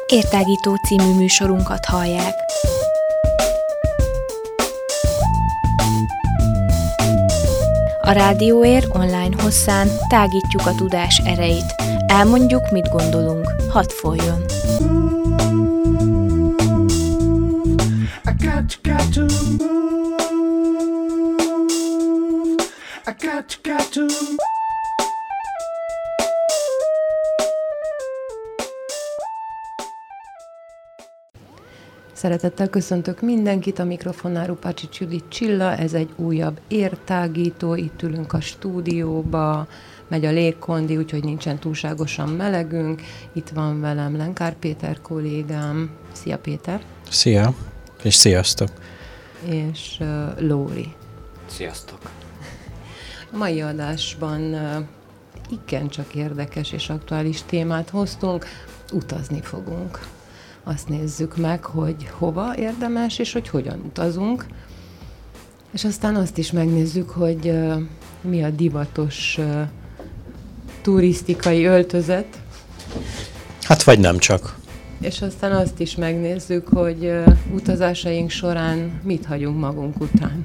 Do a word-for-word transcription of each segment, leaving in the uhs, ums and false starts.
Értágító című műsorunkat hallják. A Rádióér online hosszán tágítjuk a tudás erejét. Elmondjuk, mit gondolunk. Hadd folyjon! Szeretettel köszöntök mindenkit, a mikrofonnál Rupácsics Judit Csilla, ez egy újabb értágító, itt ülünk a stúdióba, megy a légkondi, úgyhogy nincsen túlságosan melegünk. Itt van velem Lenkár Péter kollégám. Szia Péter! Szia! És sziasztok! És uh, Lóri. Sziasztok! A mai adásban uh, igencsak érdekes és aktuális témát hoztunk, utazni fogunk. Azt nézzük meg, hogy hova érdemes, és hogy hogyan utazunk. És aztán azt is megnézzük, hogy uh, mi a divatos uh, turisztikai öltözet. Hát vagy nem csak. És aztán azt is megnézzük, hogy uh, utazásaink során mit hagyunk magunk után.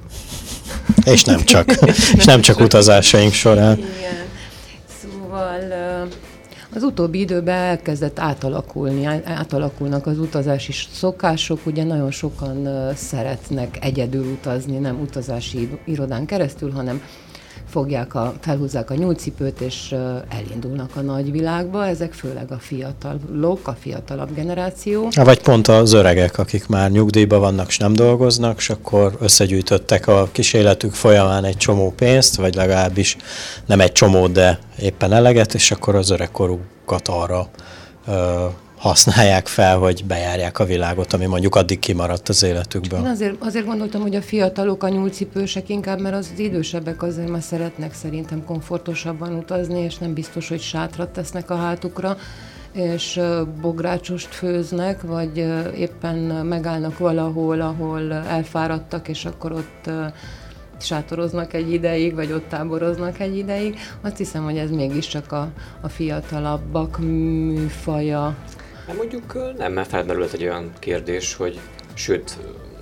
És nem csak. És nem csak utazásaink során. Igen. Szóval... Uh, Az utóbbi időben elkezdett átalakulni, átalakulnak az utazási szokások, ugye nagyon sokan szeretnek egyedül utazni, nem utazási irodán keresztül, hanem fogják a, felhúzzák a nyúlcipőt, és elindulnak a nagyvilágba, ezek főleg a fiatalok, a fiatalabb generáció. Vagy pont az öregek, akik már nyugdíjban vannak, és nem dolgoznak, és akkor összegyűjtöttek a kis életük folyamán egy csomó pénzt, vagy legalábbis nem egy csomó, de éppen eleget, és akkor az öregkorúkat arra ö, használják fel, hogy bejárják a világot, ami mondjuk addig kimaradt az életükből. Én azért, azért gondoltam, hogy a fiatalok, a nyúlcipősek inkább, mert az idősebbek azért már szeretnek szerintem komfortosabban utazni, és nem biztos, hogy sátrat tesznek a hátukra, és bográcsost főznek, vagy éppen megállnak valahol, ahol elfáradtak, és akkor ott sátoroznak egy ideig, vagy ott táboroznak egy ideig. Azt hiszem, hogy ez mégiscsak a, a fiatalabbak műfaja. Hát mondjuk nem, mert felmerült egy olyan kérdés, hogy sőt,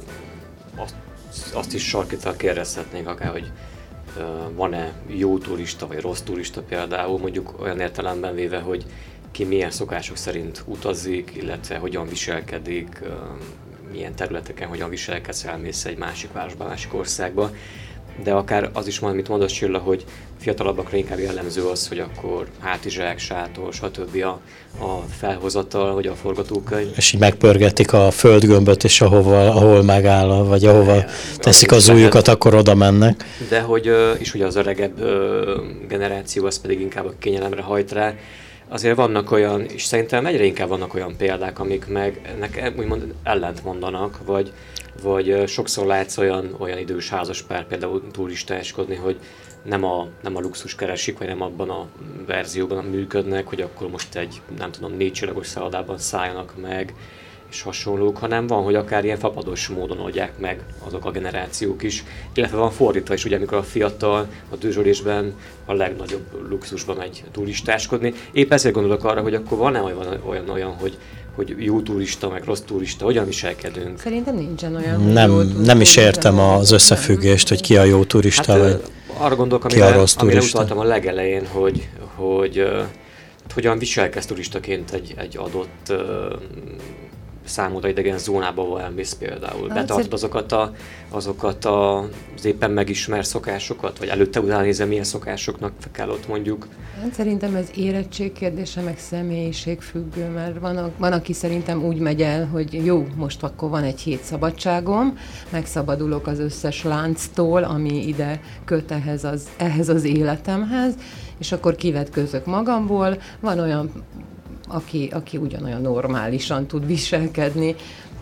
azt, azt is sarkítal kérdezhetnénk akár, hogy uh, van-e jó turista, vagy rossz turista például, mondjuk olyan értelemben véve, hogy ki milyen szokások szerint utazik, illetve hogyan viselkedik, uh, milyen területeken hogyan viselkedsz, elmész egy másik városba, másik országba. De akár az is van, amit mondasz Csilla, hogy fiatalabbakra inkább jellemző az, hogy akkor hátizsák, sátor, stb. A, a felhozatal, hogy a forgatókönyv. És így megpörgetik a földgömböt, és ahova, ahol megáll, vagy ahova ja, teszik az ujjukat, akkor oda mennek. De hogy, és ugye az öregebb generáció, az pedig inkább a kényelemre hajt rá. Azért vannak olyan, és szerintem egyre inkább vannak olyan példák, amik meg ennek úgymond ellent mondanak, vagy, vagy sokszor látsz olyan, olyan idős házaspár például turistáskodni, hogy nem a, nem a luxus keresik, vagy nem abban a verzióban működnek, hogy akkor most egy, nem tudom, négy csillagos szállodában szálljanak meg, és hasonlók, hanem van, hogy akár ilyen fapados módon oldják meg azok a generációk is. Illetve van fordítva is, ugye, amikor a fiatal a dőzsölésben a legnagyobb luxusban megy turistáskodni. Épp ezért gondolok arra, hogy akkor van-e olyan, olyan, olyan hogy, hogy jó turista, meg rossz turista, hogyan viselkedünk? Szerintem nincsen olyan, Nem, jó turista, nem is értem az összefüggést, hogy ki a jó turista, hát, vagy arra gondolok, amire, amire utaltam a legelején, hogy, hogy uh, hogyan viselkedsz turistaként egy, egy adott uh, számodra idegen zónába, ahol elmész például. Hát betartod azokat, a, azokat a, az éppen megismert szokásokat? Vagy előtte utána nézem, milyen szokásoknak kell ott mondjuk? Hát szerintem ez érettség kérdése, meg személyiség függő, mert van, a, van, aki szerintem úgy megy el, hogy jó, most akkor van egy hét szabadságom, megszabadulok az összes lánctól, ami ide köt ehhez az, ehhez az életemhez, és akkor kivetközök magamból. Van olyan Aki, aki ugyanolyan normálisan tud viselkedni,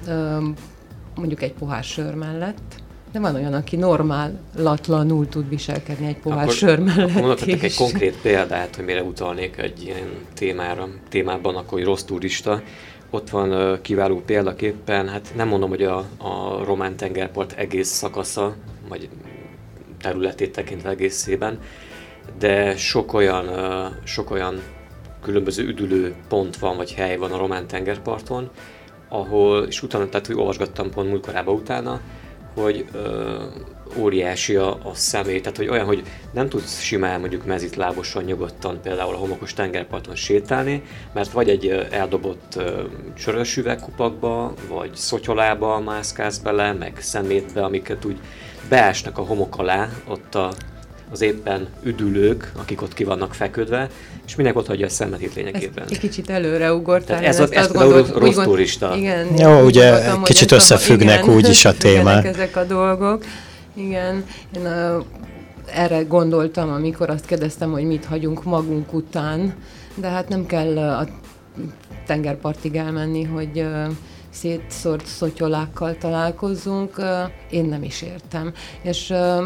mondjuk egy pohár sör mellett, de van olyan, aki normálatlanul tud viselkedni egy pohár akkor, sör mellett akkor mondhatok egy konkrét példát, hogy mire utalnék egy ilyen témára, témában, akkor hogy rossz turista. Ott van uh, kiváló példaképpen, hát nem mondom, hogy a, a román tengerpart egész szakasza, vagy területét tekintve egészében, de sok olyan, uh, sok olyan különböző üdülő pont van, vagy hely van a román tengerparton, ahol, és utána, tehát hogy olvasgattam pont múltkorában utána, hogy ö, óriási a, a személy, tehát hogy olyan, hogy nem tudsz simán mondjuk mezitlábosan nyugodtan például a homokos tengerparton sétálni, mert vagy egy eldobott ö, csörös üvegkupakba, vagy szotyolába mászkálsz bele, meg szemétbe, amiket úgy beásnak a homok alá, ott a, az éppen üdülők, akik ott ki vannak feküdve, és mindenki ott hagyja a szemet itt lényegében. Egy kicsit előre ugortál. Ez, ez például rossz gond... turista. Igen, jó, ugye gondoltam, kicsit összefüggnek úgy is a témák. Ezek a dolgok. Igen, én uh, erre gondoltam, amikor azt kérdeztem, hogy mit hagyunk magunk után, de hát nem kell uh, a tengerpartig elmenni, hogy uh, szétszórt szotyolákkal találkozzunk. Uh, én nem is értem. És uh,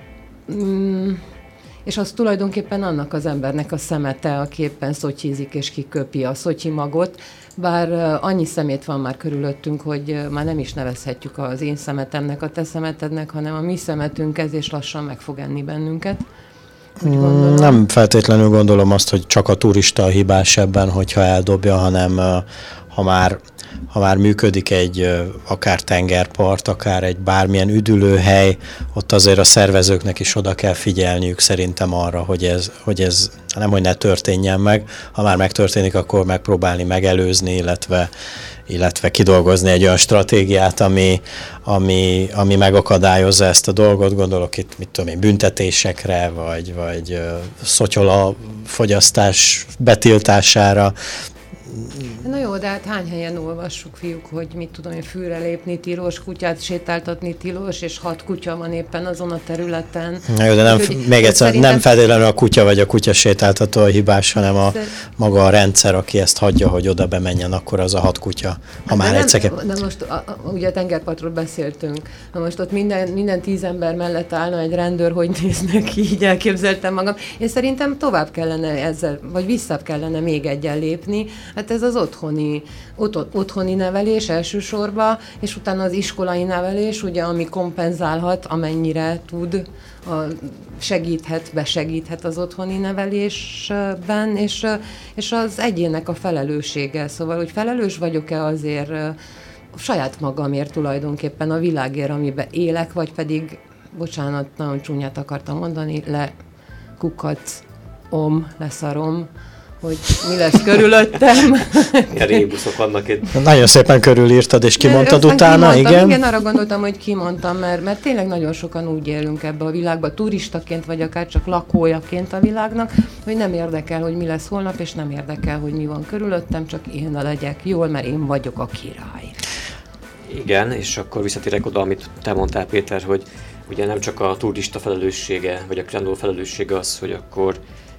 mm, és az tulajdonképpen annak az embernek a szemete, aki éppen szotyizik és kiköpi a szotyi magot, bár annyi szemét van már körülöttünk, hogy már nem is nevezhetjük az én szemetemnek, a te szemetednek, hanem a mi szemetünk ez, és lassan meg fog enni bennünket. Nem feltétlenül gondolom azt, hogy csak a turista a hibás ebben, hogyha eldobja, hanem ha már, ha már működik egy akár tengerpart, akár egy bármilyen üdülőhely, ott azért a szervezőknek is oda kell figyelniük szerintem arra, hogy ez, hogy ez nem, hogy ne történjen meg, ha már megtörténik, akkor megpróbálni megelőzni, illetve, illetve kidolgozni egy olyan stratégiát, ami, ami, ami megakadályozza ezt a dolgot. Gondolok itt, mit tudom én, büntetésekre, vagy, vagy uh, szotyola fogyasztás betiltására. Na jó, de hát hány helyen olvassuk, fiúk, hogy mit tudom én, fűre lépni tilos, kutyát sétáltatni tilos, és hat kutya van éppen azon a területen. Na jó, de nem, úgy, még egyszer, szerintem... nem feltétlenül a kutya vagy a kutya sétáltató a hibás, hanem a maga a rendszer, aki ezt hagyja, hogy oda bemenjen, akkor az a hat kutya. Ha már nem, egyszer... De most a, a, ugye a tengerpartról beszéltünk. Na most ott minden, minden tíz ember mellett állna egy rendőr, hogy néznek ki, így elképzeltem magam. Én szerintem tovább kellene ezzel, vagy vissza kellene még egyen lépni. Hát ez az otthoni, ot- otthoni nevelés elsősorban, és utána az iskolai nevelés, ugye, ami kompenzálhat, amennyire tud, a, segíthet, besegíthet az otthoni nevelésben, és, és az egyének a felelőssége. Szóval, hogy felelős vagyok-e azért saját magamért tulajdonképpen a világért, amiben élek, vagy pedig, bocsánat, nagyon csúnyát akartam mondani, le kukacom, leszarom, hogy mi lesz körülöttem. Milyen rébuszok vannak itt. Nagyon szépen körülírtad, és kimondtad utána, kimondtam, igen? Igen, arra gondoltam, hogy kimondtam, mert, mert tényleg nagyon sokan úgy élünk ebbe a világba, turistaként, vagy akár csak lakójaként a világnak, hogy nem érdekel, hogy mi lesz holnap, és nem érdekel, hogy mi van körülöttem, csak én legyek jól, mert én vagyok a király. Igen, és akkor visszatérek oda, amit te mondtál, Péter, hogy ugye nem csak a turista felelőssége, vagy a kiránduló felelőssége az, hogy akkor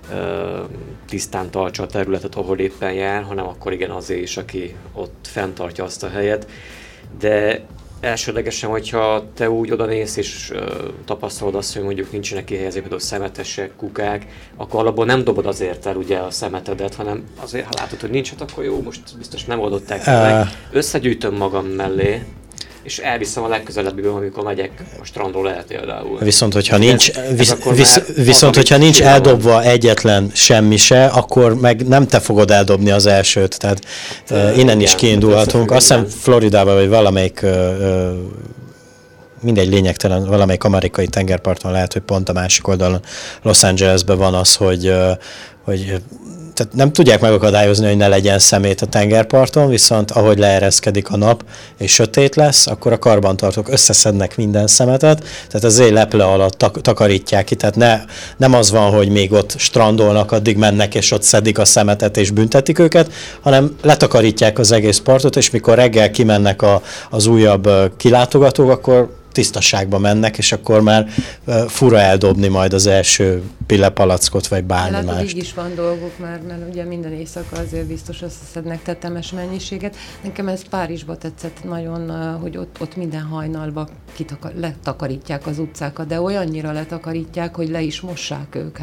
tisztán tartsa a területet, ahol éppen jár, hanem akkor igen azért is, aki ott fenntartja azt a helyet. De elsődlegesen, hogyha te úgy odanézsz és uh, tapasztalod azt, hogy mondjuk nincsenek kihelyezve például szemetesek, kukák, akkor alapból nem dobod azért el ugye a szemetedet, hanem azért, ha látod, hogy nincs, hát akkor jó, most biztos nem oldották uh. meg. Összegyűjtöm magam mellé, és elviszem a legközelebbiben, amikor megyek a strandról el például. Viszont, hogyha nincs, ez, visz, ez visz, viszont, hogyha nincs eldobva van. egyetlen semmi se, akkor meg nem te fogod eldobni az elsőt. Tehát uh, innen igen, is kiindulhatunk. Azt hiszem Floridában, vagy valamelyik uh, uh, mindegy lényegtelen, valamelyik amerikai tengerparton lehet, hogy pont a másik oldalon Los Angelesben van az, hogy, uh, hogy tehát nem tudják megakadályozni, hogy ne legyen szemét a tengerparton, viszont ahogy leereszkedik a nap és sötét lesz, akkor a karbantartók összeszednek minden szemetet, tehát az éj leple alatt tak- takarítják ki, tehát ne, nem az van, hogy még ott strandolnak, addig mennek és ott szedik a szemetet és büntetik őket, hanem letakarítják az egész partot, és mikor reggel kimennek a, az újabb kilátogatók, akkor tisztaságba mennek, és akkor már uh, fura eldobni majd az első pillepalackot, vagy bármi Látod, mást. így is van dolgok már, mert ugye minden éjszaka azért biztos összeszednek tetemes mennyiséget. Nekem ez Párizsba tetszett nagyon, hogy ott, ott minden hajnalba kitakar, letakarítják az utcákat, de olyannyira letakarítják, hogy le is mossák őket.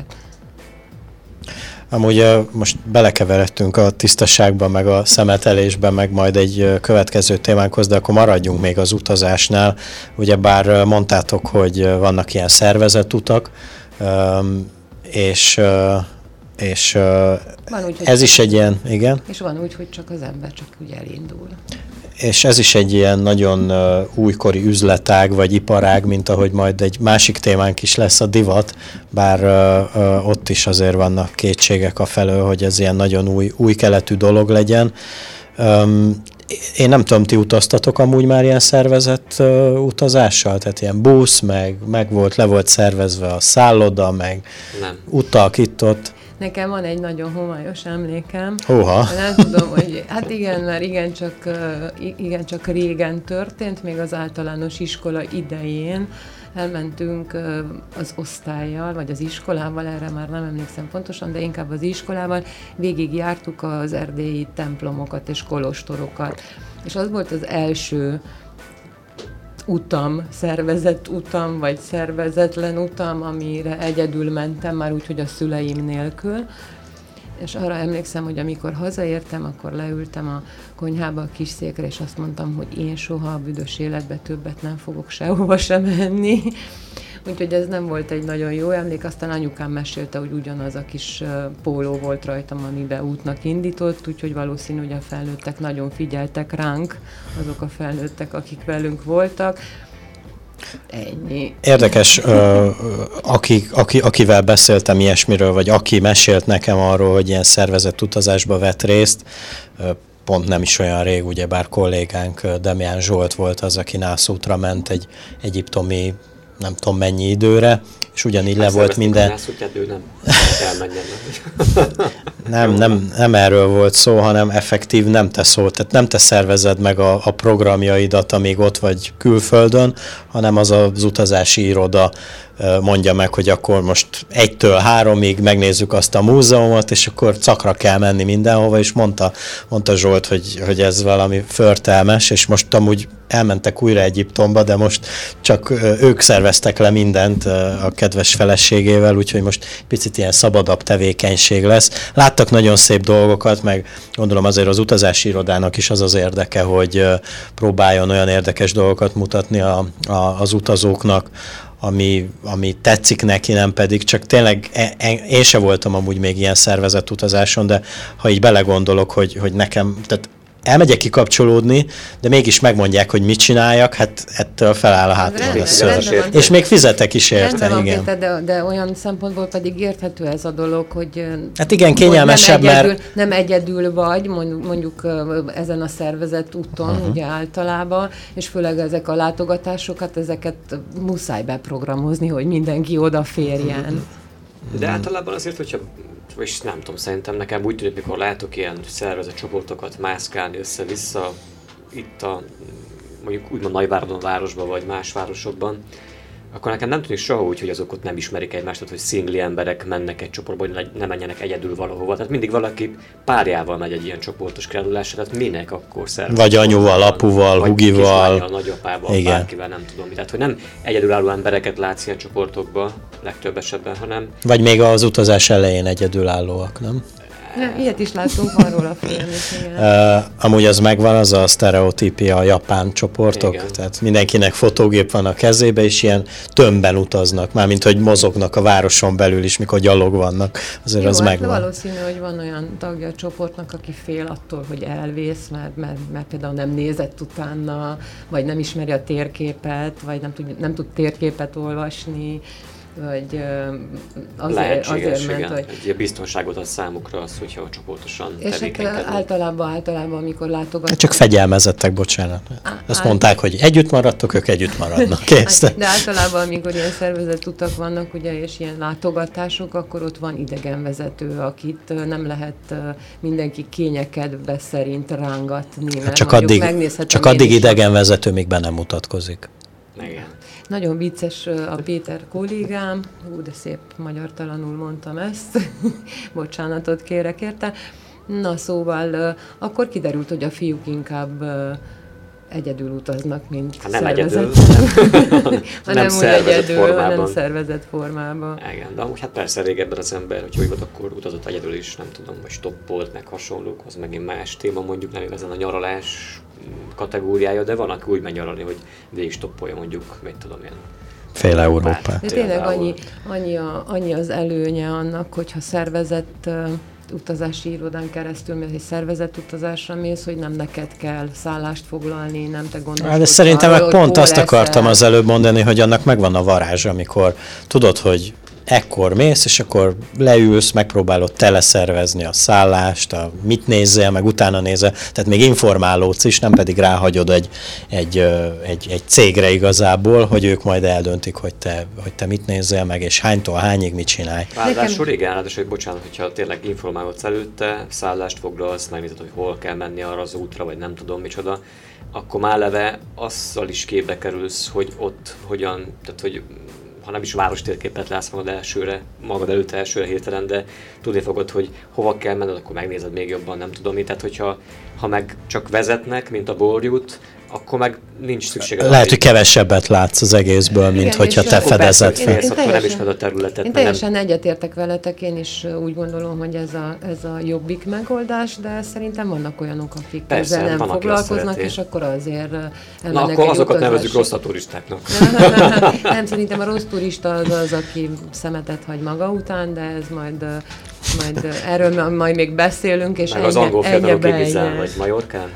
Amúgy most belekeveredtünk a tisztaságba, meg a szemetelésbe, meg majd egy következő témánkhoz, de akkor maradjunk még az utazásnál. Ugyebár mondtátok, hogy vannak ilyen szervezett utak, és és uh, úgy, ez is egy ilyen, igen. És van úgy, hogy csak az ember csak úgy elindul. És ez is egy ilyen nagyon uh, újkori üzletág, vagy iparág, mint ahogy majd egy másik témánk is lesz, a divat, bár uh, uh, ott is azért vannak kétségek afelől, hogy ez ilyen nagyon új, új keletű dolog legyen. Um, én nem tudom, ti utaztatok amúgy már ilyen szervezett uh, utazással? Tehát ilyen busz, meg, meg volt, le volt szervezve a szálloda, meg nem. Utak itt-ott. Nekem van egy nagyon homályos emlékem. Hóha. Nem tudom, hogy hát igen, mert igen csak, igen, csak régen történt, még az általános iskola idején. Elmentünk az osztállyal, vagy az iskolával, erre már nem emlékszem pontosan, de inkább az iskolával, végig jártuk az erdélyi templomokat és kolostorokat. És az volt az első utam, szervezett utam, vagy szervezetlen utam, amire egyedül mentem, már úgy, hogy a szüleim nélkül. És arra emlékszem, hogy amikor hazaértem, akkor leültem a konyhába a kis székre, és azt mondtam, hogy én soha a büdös életbe többet nem fogok sehova sem menni. Úgyhogy ez nem volt egy nagyon jó emlék, aztán anyukám mesélte, hogy ugyanaz a kis póló volt rajtam, amiben útnak indított, úgyhogy valószínű, hogy a felnőttek nagyon figyeltek ránk, azok a felnőttek, akik velünk voltak. Ennyi. Érdekes, ö, aki, aki, akivel beszéltem ilyesmiről, vagy aki mesélt nekem arról, hogy ilyen szervezett utazásba vett részt, ö, pont nem is olyan rég, ugyebár kollégánk Demján Zsolt volt az, aki nászútra ment egy egyiptomi nem tudom mennyi időre, és ugyanígy le volt minden... Nászútját, nem elmenjen. nem, nem, nem erről volt szó, hanem effektív nem te szól. Tehát nem te szervezed meg a, a programjaidat, amíg ott vagy külföldön, hanem az az utazási iroda mondja meg, hogy akkor most egytől háromig megnézzük azt a múzeumot, és akkor cakra kell menni mindenhova, és mondta, mondta Zsolt, hogy, hogy ez valami förtelmes, és most amúgy elmentek újra Egyiptomba, de most csak ők szerveztek le mindent a kedves feleségével, úgyhogy most picit ilyen szabadabb tevékenység lesz. Láttak nagyon szép dolgokat, meg gondolom azért az utazási irodának is az az érdeke, hogy próbáljon olyan érdekes dolgokat mutatni a, a, az utazóknak, Ami, ami tetszik neki, nem pedig, csak tényleg én se voltam amúgy még ilyen szervezett utazáson, de ha így belegondolok, hogy, hogy nekem, tehát elmegyek kikapcsolódni, de mégis megmondják, hogy mit csináljak, hát ettől feláll a hátamon a szőr. És még fizetek is érte, igen. Van, de, de olyan szempontból pedig érthető ez a dolog, hogy hát igen, kényelmesebb, nem egyedül, mert... nem egyedül vagy, mondjuk ezen a szervezett úton, uh-huh. ugye általában, és főleg ezek a látogatásokat, ezeket muszáj beprogramozni, hogy mindenki odaférjen. Uh-huh. De általában azért, hogyha és nem tudom, szerintem nekem úgy tűnik, mikor látok ilyen szervezett csoportokat mászkálni össze-vissza itt a, mondjuk úgymond Nagyváradon városban, vagy más városokban, akkor nekem nem tűnik soha úgy, hogy azok ott nem ismerik egymást, tehát, hogy szingli emberek mennek egy csoportba, hogy ne menjenek egyedül valahova. Tehát mindig valaki párjával megy egy ilyen csoportos kirándulásra, tehát minek akkor szervezett? Vagy anyuval, apuval, vagy hugival. Vagy nagyapával, igen. Bárkivel, nem tudom. Tehát, hogy nem egyedülálló embereket látsz ilyen csoportokba legtöbb esetben, hanem... Vagy még az utazás elején egyedülállóak, nem? Nem, ilyet is láttunk, van róla film is, igen. Uh, amúgy az megvan, az a sztereotípia a japán csoportok, igen. Tehát mindenkinek fotógép van a kezébe, és ilyen tömbben utaznak, mármint hogy mozognak a városon belül is, mikor gyalog vannak, azért jó, az hát megvan. Valószínű, hogy van olyan tagja a csoportnak, aki fél attól, hogy elvész, mert, mert, mert például nem nézett utána, vagy nem ismeri a térképet, vagy nem tud, nem tud térképet olvasni, vagy azért, azért ment, hogy... Egy biztonságot ad számukra az, hogyha csoportosan tevékenykednek. És hát általában, általában, amikor látogatnak... Hát csak fegyelmezettek, bocsánat. Azt mondták, hogy együtt maradtok, ők együtt maradnak. Kész. De általában, amikor ilyen szervezett utak vannak, ugye, és ilyen látogatások, akkor ott van idegenvezető, akit nem lehet mindenki kényekedve szerint rángatni. Hát csak addig, csak addig idegenvezető, még be nem mutatkozik. Igen. Nagyon vicces a Péter kollégám, hú, de szép magyartalanul mondtam ezt, bocsánatot kérek érte. Na szóval akkor kiderült, hogy a fiúk inkább egyedül utaznak, mint hát nem szervezett. Egyedül, hanem úgy egyedül, formában. hanem szervezett formában. Igen, de amúgy hát persze régebben az ember, hogy úgy volt, akkor utazott egyedül is, nem tudom, vagy stoppolt, meg hasonlók, az megint más téma, mondjuk nem igazán a nyaralás kategóriája, de van, aki úgy megy nyaralni, hogy végig stoppolja mondjuk, mit tudom én, Fél Európát. De tényleg annyi, annyi, a, annyi az előnye annak, hogyha szervezett uh, utazási irodán keresztül, mert egy szervezett utazásra mész, hogy nem neked kell szállást foglalni, nem te gondolsz. De szerintem meg pont azt akartam az előbb mondani, hogy annak megvan a varázsa, amikor tudod, hogy ekkor mész, és akkor leülsz, megpróbálod teleszervezni a szállást, a mit nézzél, meg utána nézel, tehát még informálódsz is, nem pedig ráhagyod egy, egy, egy, egy cégre igazából, hogy ők majd eldöntik, hogy te, hogy te mit nézzél meg, és hánytól hányig mit csinálj. Ráadásul igen, ráadásul, hogy bocsánat, hogyha tényleg informálódsz előtte, szállást foglalsz, megnézed, hogy hol kell menni arra az útra, vagy nem tudom micsoda, akkor már leve azzal is képbe kerülsz, hogy ott hogyan, tehát hogy ha nem is várostérképet látsz magad elsőre, magad előtt elsőre hirtelen, de tudni fogod, hogy hova kell menned, akkor megnézed még jobban, nem tudom mi. Tehát, hogyha ha meg csak vezetnek, mint a borjút, akkor meg nincs szüksége. Lehet, hogy kevesebbet látsz az egészből, mint igen, hogyha te fedezed fel. Én, én nem ismered a területet. Én teljesen nem... egyetértek veletek, én is úgy gondolom, hogy ez a, ez a jobbik megoldás, de szerintem vannak olyanok, akik persze, ezzel nem foglalkoznak, és akkor azért Na, akkor azokat nevezzük rossz a turistáknak. Nem, nem, nem, nem, szerintem a rossz turista az az, aki szemetet hagy maga után, de ez majd, majd erről majd még beszélünk, és meg ennyi, az angol fiatalok Ibizán, vagy Majorkán?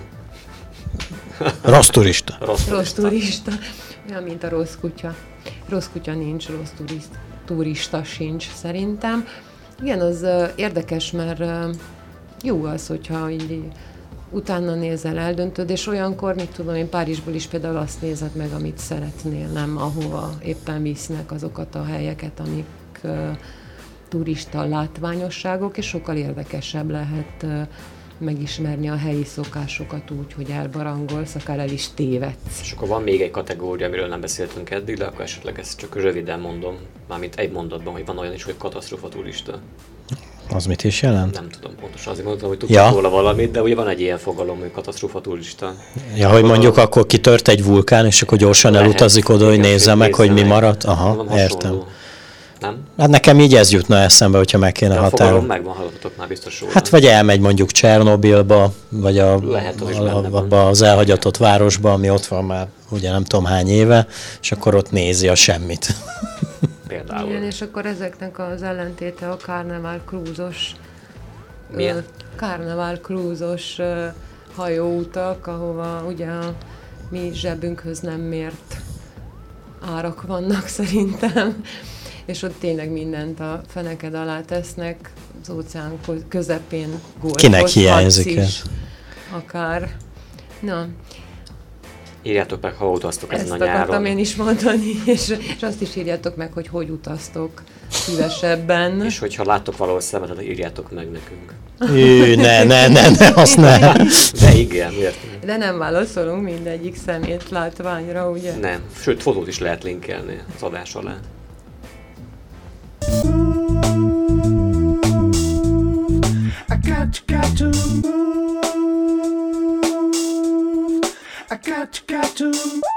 Rossz turista. Rossz, rossz turista. Olyan, mint a rossz kutya. Rossz kutya nincs, rossz turist, turista sincs szerintem. Igen, az uh, érdekes, mert uh, jó az, hogyha így utána nézel, eldöntöd, és olyankor, mit tudom én, Párizsból is például azt nézed meg, amit szeretnél, nem ahova éppen visznek azokat a helyeket, amik uh, turista látványosságok, és sokkal érdekesebb lehet uh, megismerni a helyi szokásokat úgy, hogy elbarangolsz, akár el is tévedsz. És akkor van még egy kategória, amiről nem beszéltünk eddig, de akkor esetleg ezt csak röviden mondom, mármint egy mondatban, hogy van olyan is, hogy katasztrófa turista. Az mit is jelent? Nem tudom pontosan, azért mondtam, hogy tudtam ja. róla valamit, de ugye van egy ilyen fogalom, hogy katasztrófa turista. Ja, hogy mondjuk a... akkor kitört egy vulkán, és akkor gyorsan lehet, elutazik oda, hogy nézze meg, hogy mi maradt. Aha, értem. Nem? Hát nekem így ez jutna eszembe, hogyha meg kéne határolni. De a fogalom megvan, hallottatok már biztos róla. Hát vagy elmegy mondjuk Csernobilba, vagy a, lehet, az, a, a, az elhagyatott városba, ami ott van már ugye nem tudom hány éve, és akkor ott nézi a semmit. Például. Igen, és akkor ezeknek az ellentéte a Carnival Cruise-os Milyen? Carnival Cruise-os uh, hajóutak, ahova ugye a mi zsebünkhöz nem mért árak vannak szerintem. És ott tényleg mindent a feneked alá tesznek, az óceán közepén golfos. Kinek hiányzik ez? Akár. Na. Írjátok meg, ha utaztok ezen a nyáron. Ezt akartam én is mondani, és, és azt is írjátok meg, hogy hogy utaztok szívesebben. És hogyha láttok valahol szemetet, írjátok meg nekünk. Ű, ne, ne, ne, ne, azt ne. De igen, miért? De nem válaszolunk mindegyik szemét látványra, ugye? Nem, sőt, fotót is lehet linkelni az adás alá. I got, got to move. I got, got to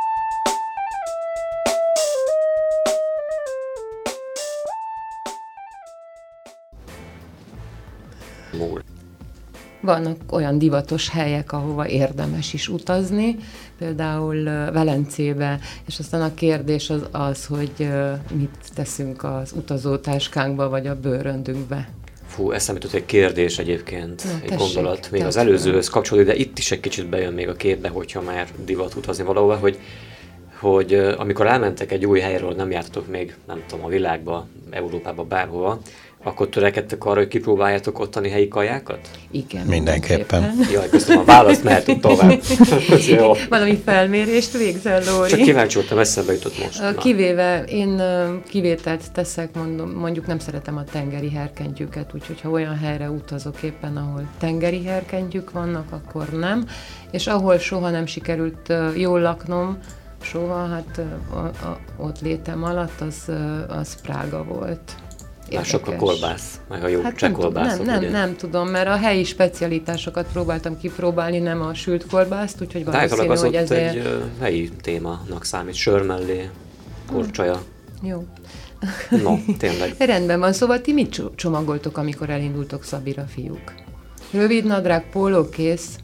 move. Vannak olyan divatos helyek, ahova érdemes is utazni, például Velencébe, és aztán a kérdés az az, hogy mit teszünk az utazótáskánkba, vagy a bőröndünkbe. Fú, eszembe jutott egy kérdés egyébként, Na, egy tessék, gondolat, még az tessék. előzőhöz kapcsolódik, de itt is egy kicsit bejön még a képbe, hogyha már divat utazni valahova, hogy, hogy amikor elmentek egy új helyről, nem jártatok még, nem tudom, a világba, Európába, bárhova, akkor törekedtek arra, hogy kipróbáljátok ottani helyi kajákat? Igen. Mindenképpen. Jaj, köszönöm, a választ mehetünk tovább. Jó. Valami felmérést végzel, Lóri? Csak kíváncsi voltam, eszembe jutott most. Na. Kivéve, én kivételt teszek, mondom, mondjuk nem szeretem a tengeri herkentyűket, úgyhogy ha olyan helyre utazok éppen, ahol tengeri herkentyűk vannak, akkor nem. És ahol soha nem sikerült jól laknom, soha, hát a, a, ott létem alatt, az, az Prága volt. Már sok a kolbász, meg a jó hát cseh nem, kolbászok, nem, ugye? nem, nem tudom, mert a helyi specialitásokat próbáltam kipróbálni, nem a sült kolbászt, úgyhogy valószínű, az hogy ott ezért... egy uh, helyi témának számít, sör mellé, korcsaja. Jó. No, tényleg. Rendben van, szóval ti mit csomagoltok, amikor elindultok Szabira, fiúk? Rövid nadrág, póló, kész?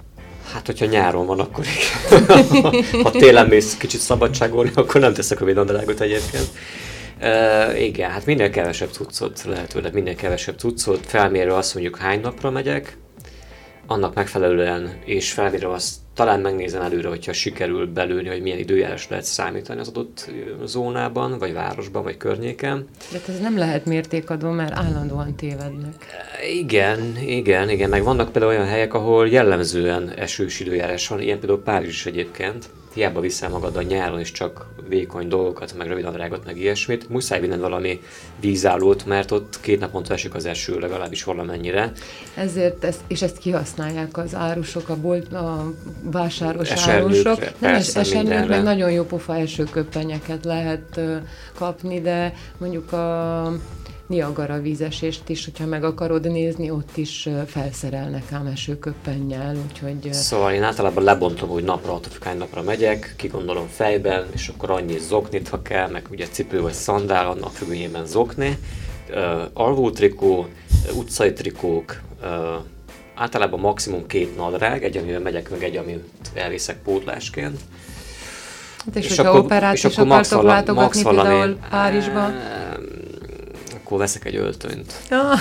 Hát, hogyha nyáron van, akkor igen. Ha télen mész kicsit szabadságolni, akkor nem teszek rövidnadrágot egyébként. Uh, igen, hát minél kevesebb cuccot, lehetőleg minél kevesebb cuccot, felmérve azt mondjuk hány napra megyek, annak megfelelően, és felmérve azt talán megnézem előre, hogyha sikerül belőni, hogy milyen időjárás lehet számítani az adott zónában, vagy városban, vagy környéken. De ez nem lehet mértékadó, mert állandóan tévednek. Igen, igen, igen, meg vannak például olyan helyek, ahol jellemzően esős időjárás van, ilyen például Párizs is egyébként. Hiába viszel magaddal nyáron is csak vékony dolgokat, meg rövidnadrágot, meg ilyesmit. Muszáj vinned valami vízállót, mert ott két naponta esik az eső, legalábbis valamennyire. Ezért, ezt, és ezt kihasználják az árusok, a, bolt, a vásáros Esernyőkre, árusok. Nem persze, esernyők, meg nagyon jó pofa esőköppenyeket lehet uh, kapni, de mondjuk a Niagara vízesést is, hogyha meg akarod nézni, ott is felszerelnek ám esőköppennyel, úgyhogy... Szóval én általában lebontom, hogy napra, attól függ, hány napra megyek, kigondolom fejben, és akkor annyi zoknit, ha kell, meg ugye cipő vagy szandál, annak függvényében zokni, uh, alvótrikó, uh, utcai trikók, uh, általában maximum két nadrág, egy, amivel megyek, meg egy, amit elviszek pótlásként. Hát és, és hogyha akkor, operát és is akartok látogatni például Párizsba? Uh, akkor veszek egy öltönyt. Ja.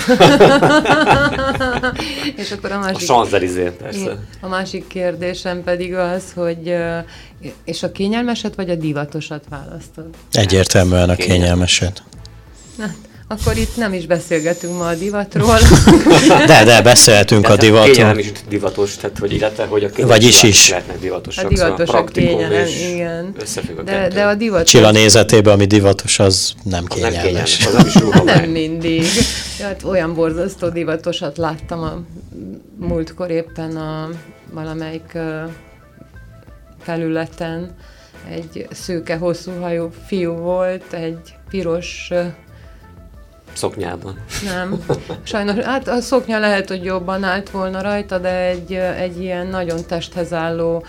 És akkor a másik... A Champs-Élysées, persze. A másik kérdésem pedig az, hogy és a kényelmeset vagy a divatosat választod? Egyértelműen a kényelmeset. Hát, akkor itt nem is beszélgetünk ma a divatról. De, de beszélhetünk de a divatról. A kényelem is divatos, tehát hogy illetve, hogy a kényelem is is lehetnek divatosak. A divatos szóval a kényelem, igen. Összefügg a de, kettő. de a divatos... Csilla nézetében, ami divatos, az nem az kényelmes. Nem kényelmes, az nem is ruhamány. Nem mindig. Hát olyan borzasztó divatosat láttam a múltkor éppen a valamelyik felületen. Egy szőke, hosszú hajú fiú volt, egy piros... Szoknyában. Nem. Sajnos, hát a szoknya lehet, hogy jobban állt volna rajta, de egy, egy ilyen nagyon testhez álló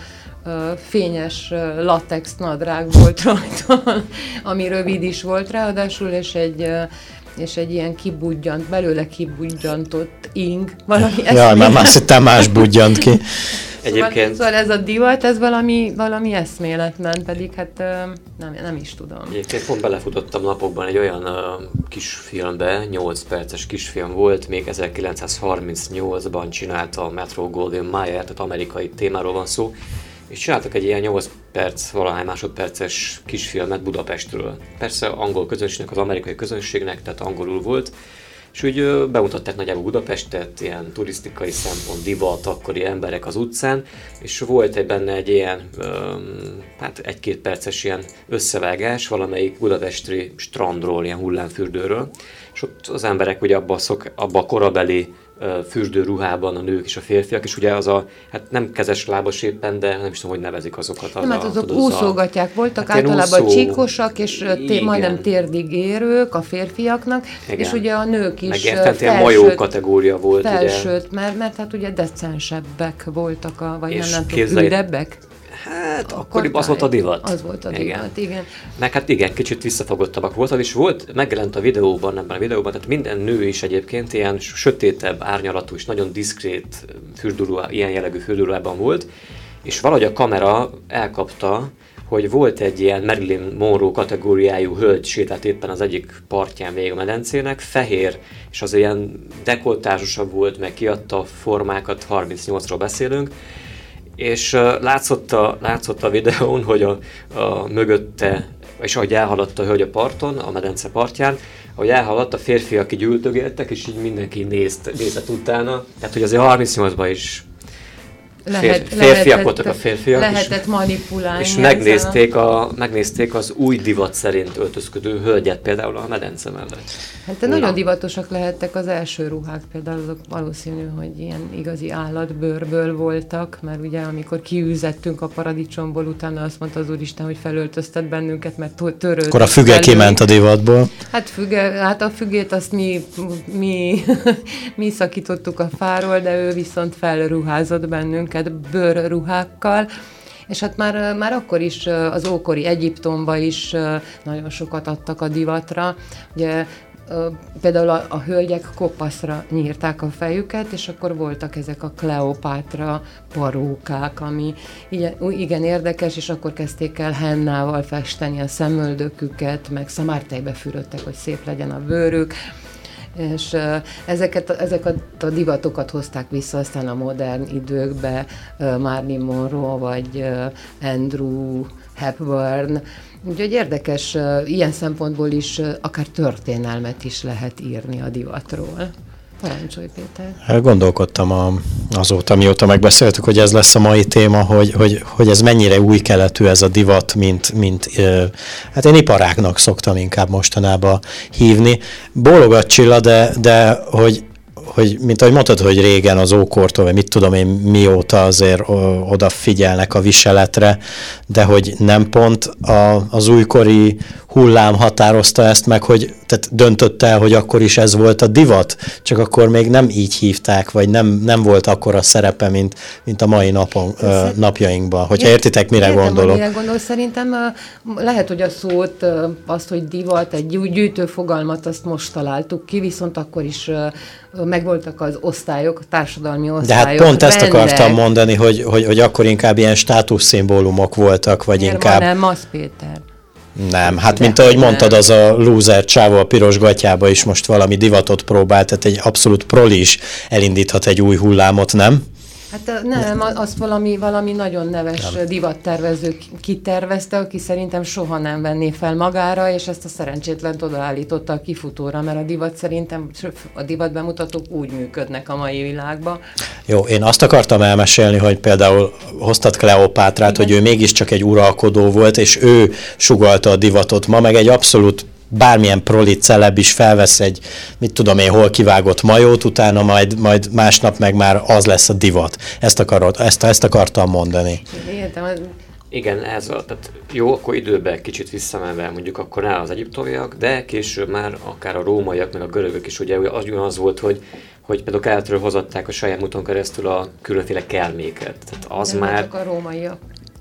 fényes latex nadrág volt rajta, ami rövid is volt ráadásul, és egy, és egy ilyen kibudjant, belőle kibudjantott ing. Valami Jaj, már más, hittem más budjant ki. Egyébként... Szóval, szóval ez a divat, ez valami, valami eszméletlen, pedig hát nem, nem is tudom. Egyébként pont belefutottam napokban egy olyan uh, kisfilmbe, nyolc perces kisfilm volt, még ezerkilencszázharmincnyolcban csinálta a Metro-Goldwyn-Mayer, tehát amerikai témáról van szó, és csináltak egy ilyen nyolc perc, valahány másodperces kisfilmet Budapestről. Persze angol közönségnek, az amerikai közönségnek, tehát angolul volt, és úgy ö, bemutatták nagyjából Budapestet, ilyen turisztikai szempont, divat, akkori emberek az utcán, és volt egy benne egy ilyen, ö, hát egy-két perces ilyen összevágás valamelyik budapesti strandról, ilyen hullámfürdőről, és ott az emberek ugye abba a, szok, abba a korabeli fürdőruhában a nők és a férfiak, és ugye az a, hát nem kezes lábas éppen, de nem is tudom, hogy nevezik azokat. Az nem, hát azok úszógatják voltak, hát általában úszó... csíkosak, és té- majdnem térdig érők a férfiaknak, igen. És ugye a nők is megértett, ilyen majó kategória volt. Felsőt, ugye. Mert, mert hát ugye decensebbek voltak, a, vagy és nem, nem tudom, üdebbek. Hát akkoriban az volt a divat. Az volt a divat, igen. igen. Meg hát igen, kicsit visszafogottabbak voltak, és volt, megjelent a videóban, ebben a videóban, tehát minden nő is egyébként ilyen sötétebb, árnyalatú és nagyon diszkrét fürdőruha, ilyen jellegű fürdőruhában volt, és valahogy a kamera elkapta, hogy volt egy ilyen Marilyn Monroe kategóriájú hölgy sétált éppen az egyik partján végig a medencének, fehér, és az ilyen dekoltázosabb volt, meg kiadta a formákat, harmincnyolcról beszélünk, és uh, látszott, a, látszott a videón, hogy a, a mögötte, és ahogy elhaladt a hölgy a parton, a medence partján, ahogy elhaladt, a férfiak így ültögéltek, és így mindenki nézt, nézett utána. Tehát, hogy azért harmincnyolcban is Lehet, Fér, férfiak lehetett, voltak a férfiak. Lehetett és, manipulálni. És megnézték, a, megnézték az új divat szerint öltözködő hölgyet például a medence mellett. Hát de nagyon divatosak lehettek az első ruhák, például azok valószínű, hogy ilyen igazi állatbőrből voltak, mert ugye amikor kiűzettünk a paradicsomból, utána azt mondta az Úristen, hogy felöltöztet bennünket, mert törődött. Akkor a füge kiment a divatból. Hát, füge, hát a fügét azt mi, mi, mi szakítottuk a fáról, de ő viszont felruházott bennünket bőrruhákkal, és hát már, már akkor is az ókori Egyiptomba is nagyon sokat adtak a divatra. Ugye például a, a hölgyek kopaszra nyírták a fejüket, és akkor voltak ezek a Kleopátra parókák, ami igen, igen érdekes, és akkor kezdték el hennával festeni a szemöldöküket, meg szamártejbe fürödtek, hogy szép legyen a bőrük, és ezeket, ezeket a divatokat hozták vissza aztán a modern időkbe, Marilyn Monroe vagy Andrew Hepburn. Úgyhogy érdekes, ilyen szempontból is akár történelmet is lehet írni a divatról. Parancsolj, Péter. Gondolkodtam a, azóta, mióta megbeszéltük, hogy ez lesz a mai téma, hogy, hogy, hogy ez mennyire új keletű ez a divat, mint, mint hát én iparágnak szoktam inkább mostanában hívni. Bólogat Csilla, de, de hogy hogy, mint ahogy mondtad, hogy régen az ókortól, vagy mit tudom én, mióta azért odafigyelnek a viseletre, de hogy nem pont a, az újkori hullám határozta ezt meg, hogy tehát döntött el, hogy akkor is ez volt a divat, csak akkor még nem így hívták, vagy nem, nem volt akkora szerepe, mint, mint a mai napon, ö, napjainkban. Hogyha értitek, mire értem, gondolok. Mire gondol, szerintem lehet, hogy a szót, azt, hogy divat, egy gyűjtő fogalmat, azt most találtuk ki, viszont akkor is megvoltak az osztályok, a társadalmi osztályok. De hát pont rendek. Ezt akartam mondani, hogy, hogy, hogy akkor inkább ilyen státuszszimbólumok voltak, vagy Miért inkább... nem az, Péter? Nem, hát De mint ahogy nem. mondtad, az a loser csávó a piros gatyába is most valami divatot próbált, tehát egy abszolút proli is elindíthat egy új hullámot, nem? Hát nem, azt valami, valami nagyon neves Nem. divattervező kitervezte, aki szerintem soha nem venné fel magára, és ezt a szerencsétlent odaállította a kifutóra, mert a divat szerintem, a divat bemutatók úgy működnek a mai világban. Jó, én azt akartam elmesélni, hogy például hoztad Kleopátrát, igen, hogy ő mégiscsak egy uralkodó volt, és ő sugallta a divatot. Ma meg egy abszolút bármilyen proli celeb is felvesz egy, mit tudom én, hol kivágott majót, utána majd, majd másnap meg már az lesz a divat. Ezt, akarod, ezt, ezt akartam mondani. Értem. Igen, ez a, tehát jó, akkor időben kicsit visszamenve, mondjuk akkor ne az egyiptomiak, de később már akár a rómaiak, meg a görögök is ugye az, az volt, hogy, hogy például keletről hozatták a saját úton keresztül a különféle kelméket. Tehát az nem már... a rómaiak.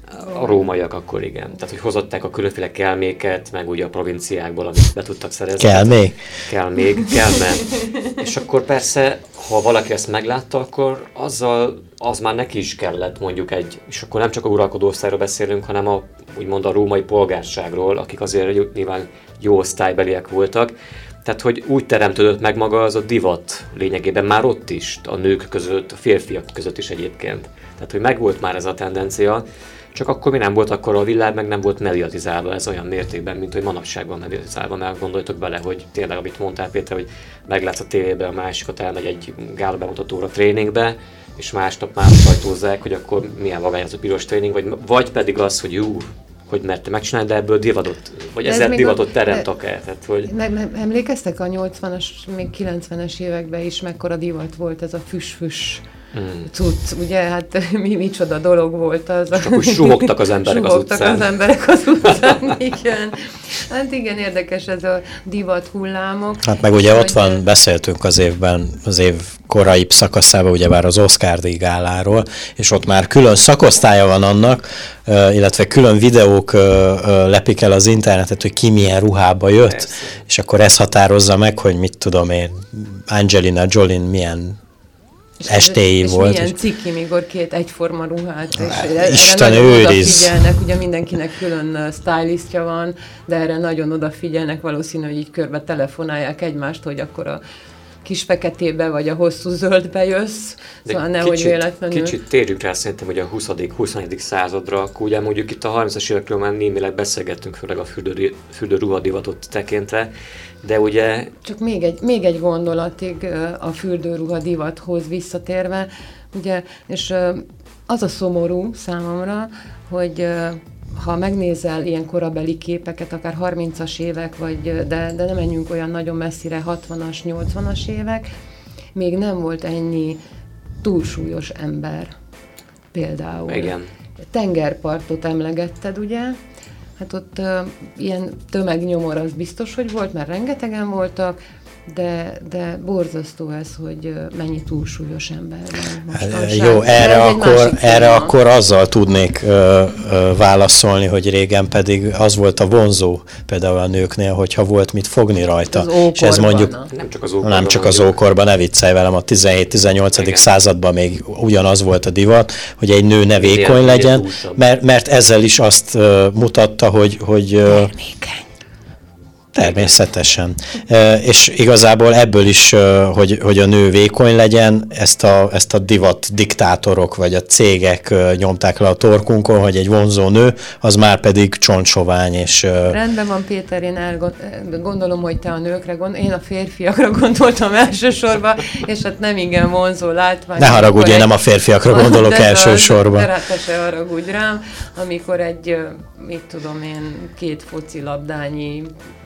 A rómaiak akkor igen. Tehát, hogy hozották a különféle kelméket, meg ugye a provinciákból, amit be tudtak szerezni. Kell még? Kell még, kell men. És akkor persze, ha valaki ezt meglátta, akkor azzal az már neki is kellett mondjuk egy, és akkor nem csak a uralkodó osztályról beszélünk, hanem a, úgymond a római polgárságról, akik azért nyilván jó osztálybeliek voltak. Tehát, hogy úgy teremtődött meg maga az a divat lényegében már ott is, a nők között, a férfiak között is egyébként. Tehát, hogy megvolt már ez a tendencia, csak akkor mi nem volt akkor a világ, meg nem volt mediatizálva ez olyan mértékben, mint hogy manapság van mediatizálva, mert gondoljatok bele, hogy tényleg, amit mondtál, Péter, hogy meglátsz a tévében, a másikat elmegy egy gála bemutatóra tréningbe, és másnap már sajtózzák, hogy akkor milyen vagány az a piros tréning, vagy, vagy pedig az, hogy jú, hogy merte megcsinálni, de ebből divatot, vagy ez ezzel divatot a, teremt akár. Tehát, hogy... meg, meg, emlékeztek a nyolcvanas, még kilencvenes években is, mekkora divat volt ez a füs-füs Hmm. cucc, ugye, hát mi, micsoda dolog volt az. Csak úgy suhogtak az emberek az utcán. Suhogtak az emberek az utcán, igen. Hát igen, érdekes ez a divat hullámok. Hát meg ugye hogy ott van, beszéltünk az évben, az év korai szakaszában, ugyebár az Oscar-díj gáláról, és ott már külön szakosztálya van annak, illetve külön videók lepik el az internetet, hogy ki milyen ruhába jött, persze, és akkor ez határozza meg, hogy mit tudom én, Angelina Jolie milyen estéi és volt. És milyen ciki, mikor két egyforma ruhát, és Isten erre nagyon őriz. odafigyelnek, ugye mindenkinek külön stylistja van, de erre nagyon odafigyelnek, valószínű, hogy így körbe telefonálják egymást, hogy akkor a kis feketébe vagy a hosszú zöldbe jössz, de szóval nehogy kicsit, véletlenül. Kicsit térjünk rá szerintem, hogy a huszadik-huszonegyedik századra, akkor ugye mondjuk itt a harmincas évekről már némileg beszélgettünk, főleg a fürdő, fürdőruhadivatot tekintve, de ugye... Csak még egy, még egy gondolatig a fürdőruha divathoz visszatérve, ugye, és az a szomorú számomra, hogy ha megnézel ilyen korabeli képeket, akár harmincas évek, vagy, de, de nem menjünk olyan nagyon messzire, hatvanas, nyolcvanas évek, még nem volt ennyi túlsúlyos ember például. Igen. Tengerpartot emlegetted, ugye? Hát ott uh, ilyen tömegnyomor az biztos, hogy volt, mert rengetegen voltak, de, de borzasztó ez, hogy mennyi túlsúlyos ember van mostanság. Jó, erre, akkor, erre akkor azzal tudnék ö, ö, válaszolni, hogy régen pedig az volt a vonzó például a nőknél, hogyha volt mit fogni rajta. És ez mondjuk nem csak az ókorban, nem csak az ókorban, ne viccelj velem, a tizenhét-tizennyolcadik században még ugyanaz volt a divat, hogy egy nő ne vékony legyen, mert, mert ezzel is azt uh, mutatta, hogy, hogy uh, természetesen. E, és igazából ebből is, hogy, hogy a nő vékony legyen, ezt a, ezt a divat diktátorok vagy a cégek nyomták le a torkunkon, hogy egy vonzó nő, az már pedig csontsovány. És, rendben van, Péter, én elgond, gondolom, hogy te a nőkre gondol, én a férfiakra gondoltam elsősorban, és hát nem igen vonzó látvány. Ne haragudj, én nem a férfiakra gondolok elsősorban. De te se haragudj rám, amikor egy, mit tudom én, két focilabdányi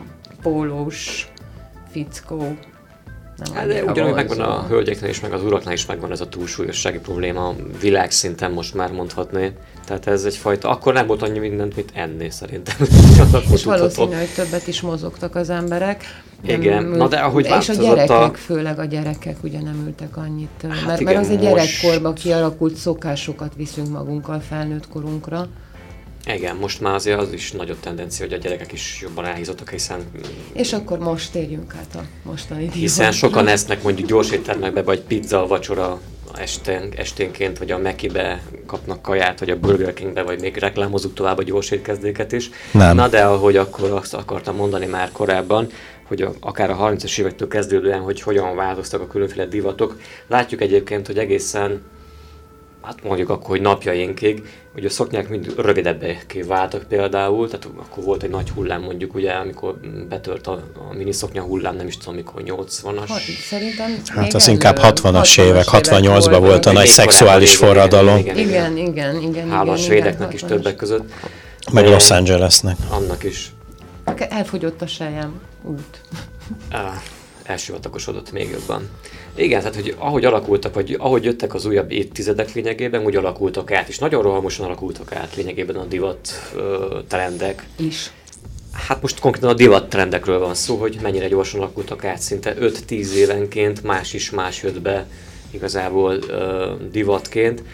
pólós fickó. Hát de ugyanúgy megvan a hölgyeknél is, meg az uraknál is megvan ez a túlsúlyossági probléma, világszinten most már mondhatni. Tehát ez egyfajta, akkor nem volt annyi mindent, mit enni szerintem. És valószínű, hogy többet is mozogtak az emberek. Igen, na de ahogy és a gyerekek, főleg a gyerekek ugye nem ültek annyit. Hát mert, igen, mert az egy gyerekkorban most... kialakult szokásokat viszünk magunkkal felnőtt korunkra. Igen, most már azért az is nagyobb tendencia, hogy a gyerekek is jobban elhízottak, hiszen... És akkor most térjünk át a mostani divat. Hiszen sokan esznek mondjuk gyors éttermekbe, vagy pizza, vacsora estén, esténként, vagy a Mackie-be kapnak kaját, vagy a Burger Kingbe, vagy még reklámozunk tovább a gyors étkezdéket is. Nem. Na de ahogy akkor azt akartam mondani már korábban, hogy a, akár a harmincas évektől kezdődően, hogy hogyan változtak a különféle divatok. Látjuk egyébként, hogy egészen hát mondjuk akkor, hogy napjainkig, hogy a szoknyák mind rövidebbeké váltak például, tehát akkor volt egy nagy hullám mondjuk, ugye, amikor betört a, a miniszoknya hullám, nem is tudom, mikor nyolcvanas. Hát, szerintem hát az inkább hatvanas évek, hatvannyolcban volt, volt a nagy szexuális forradalom. Igen, igen, igen. igen, igen Hála a svédeknek is többek között. Meg Los Angelesnek. Annak is. Elfogyott a sejem út. Elsivatagosodott még jobban. Igen, tehát hogy ahogy alakultak, vagy ahogy jöttek az újabb évtizedek lényegében, úgy alakultak át, és nagyon rohamosan alakultak át lényegében a divat ö, trendek. Is. Hát most konkrétan a divat trendekről van szó, hogy mennyire gyorsan alakultak át, szinte öt-tíz évenként más is más jött be igazából ö, divatként.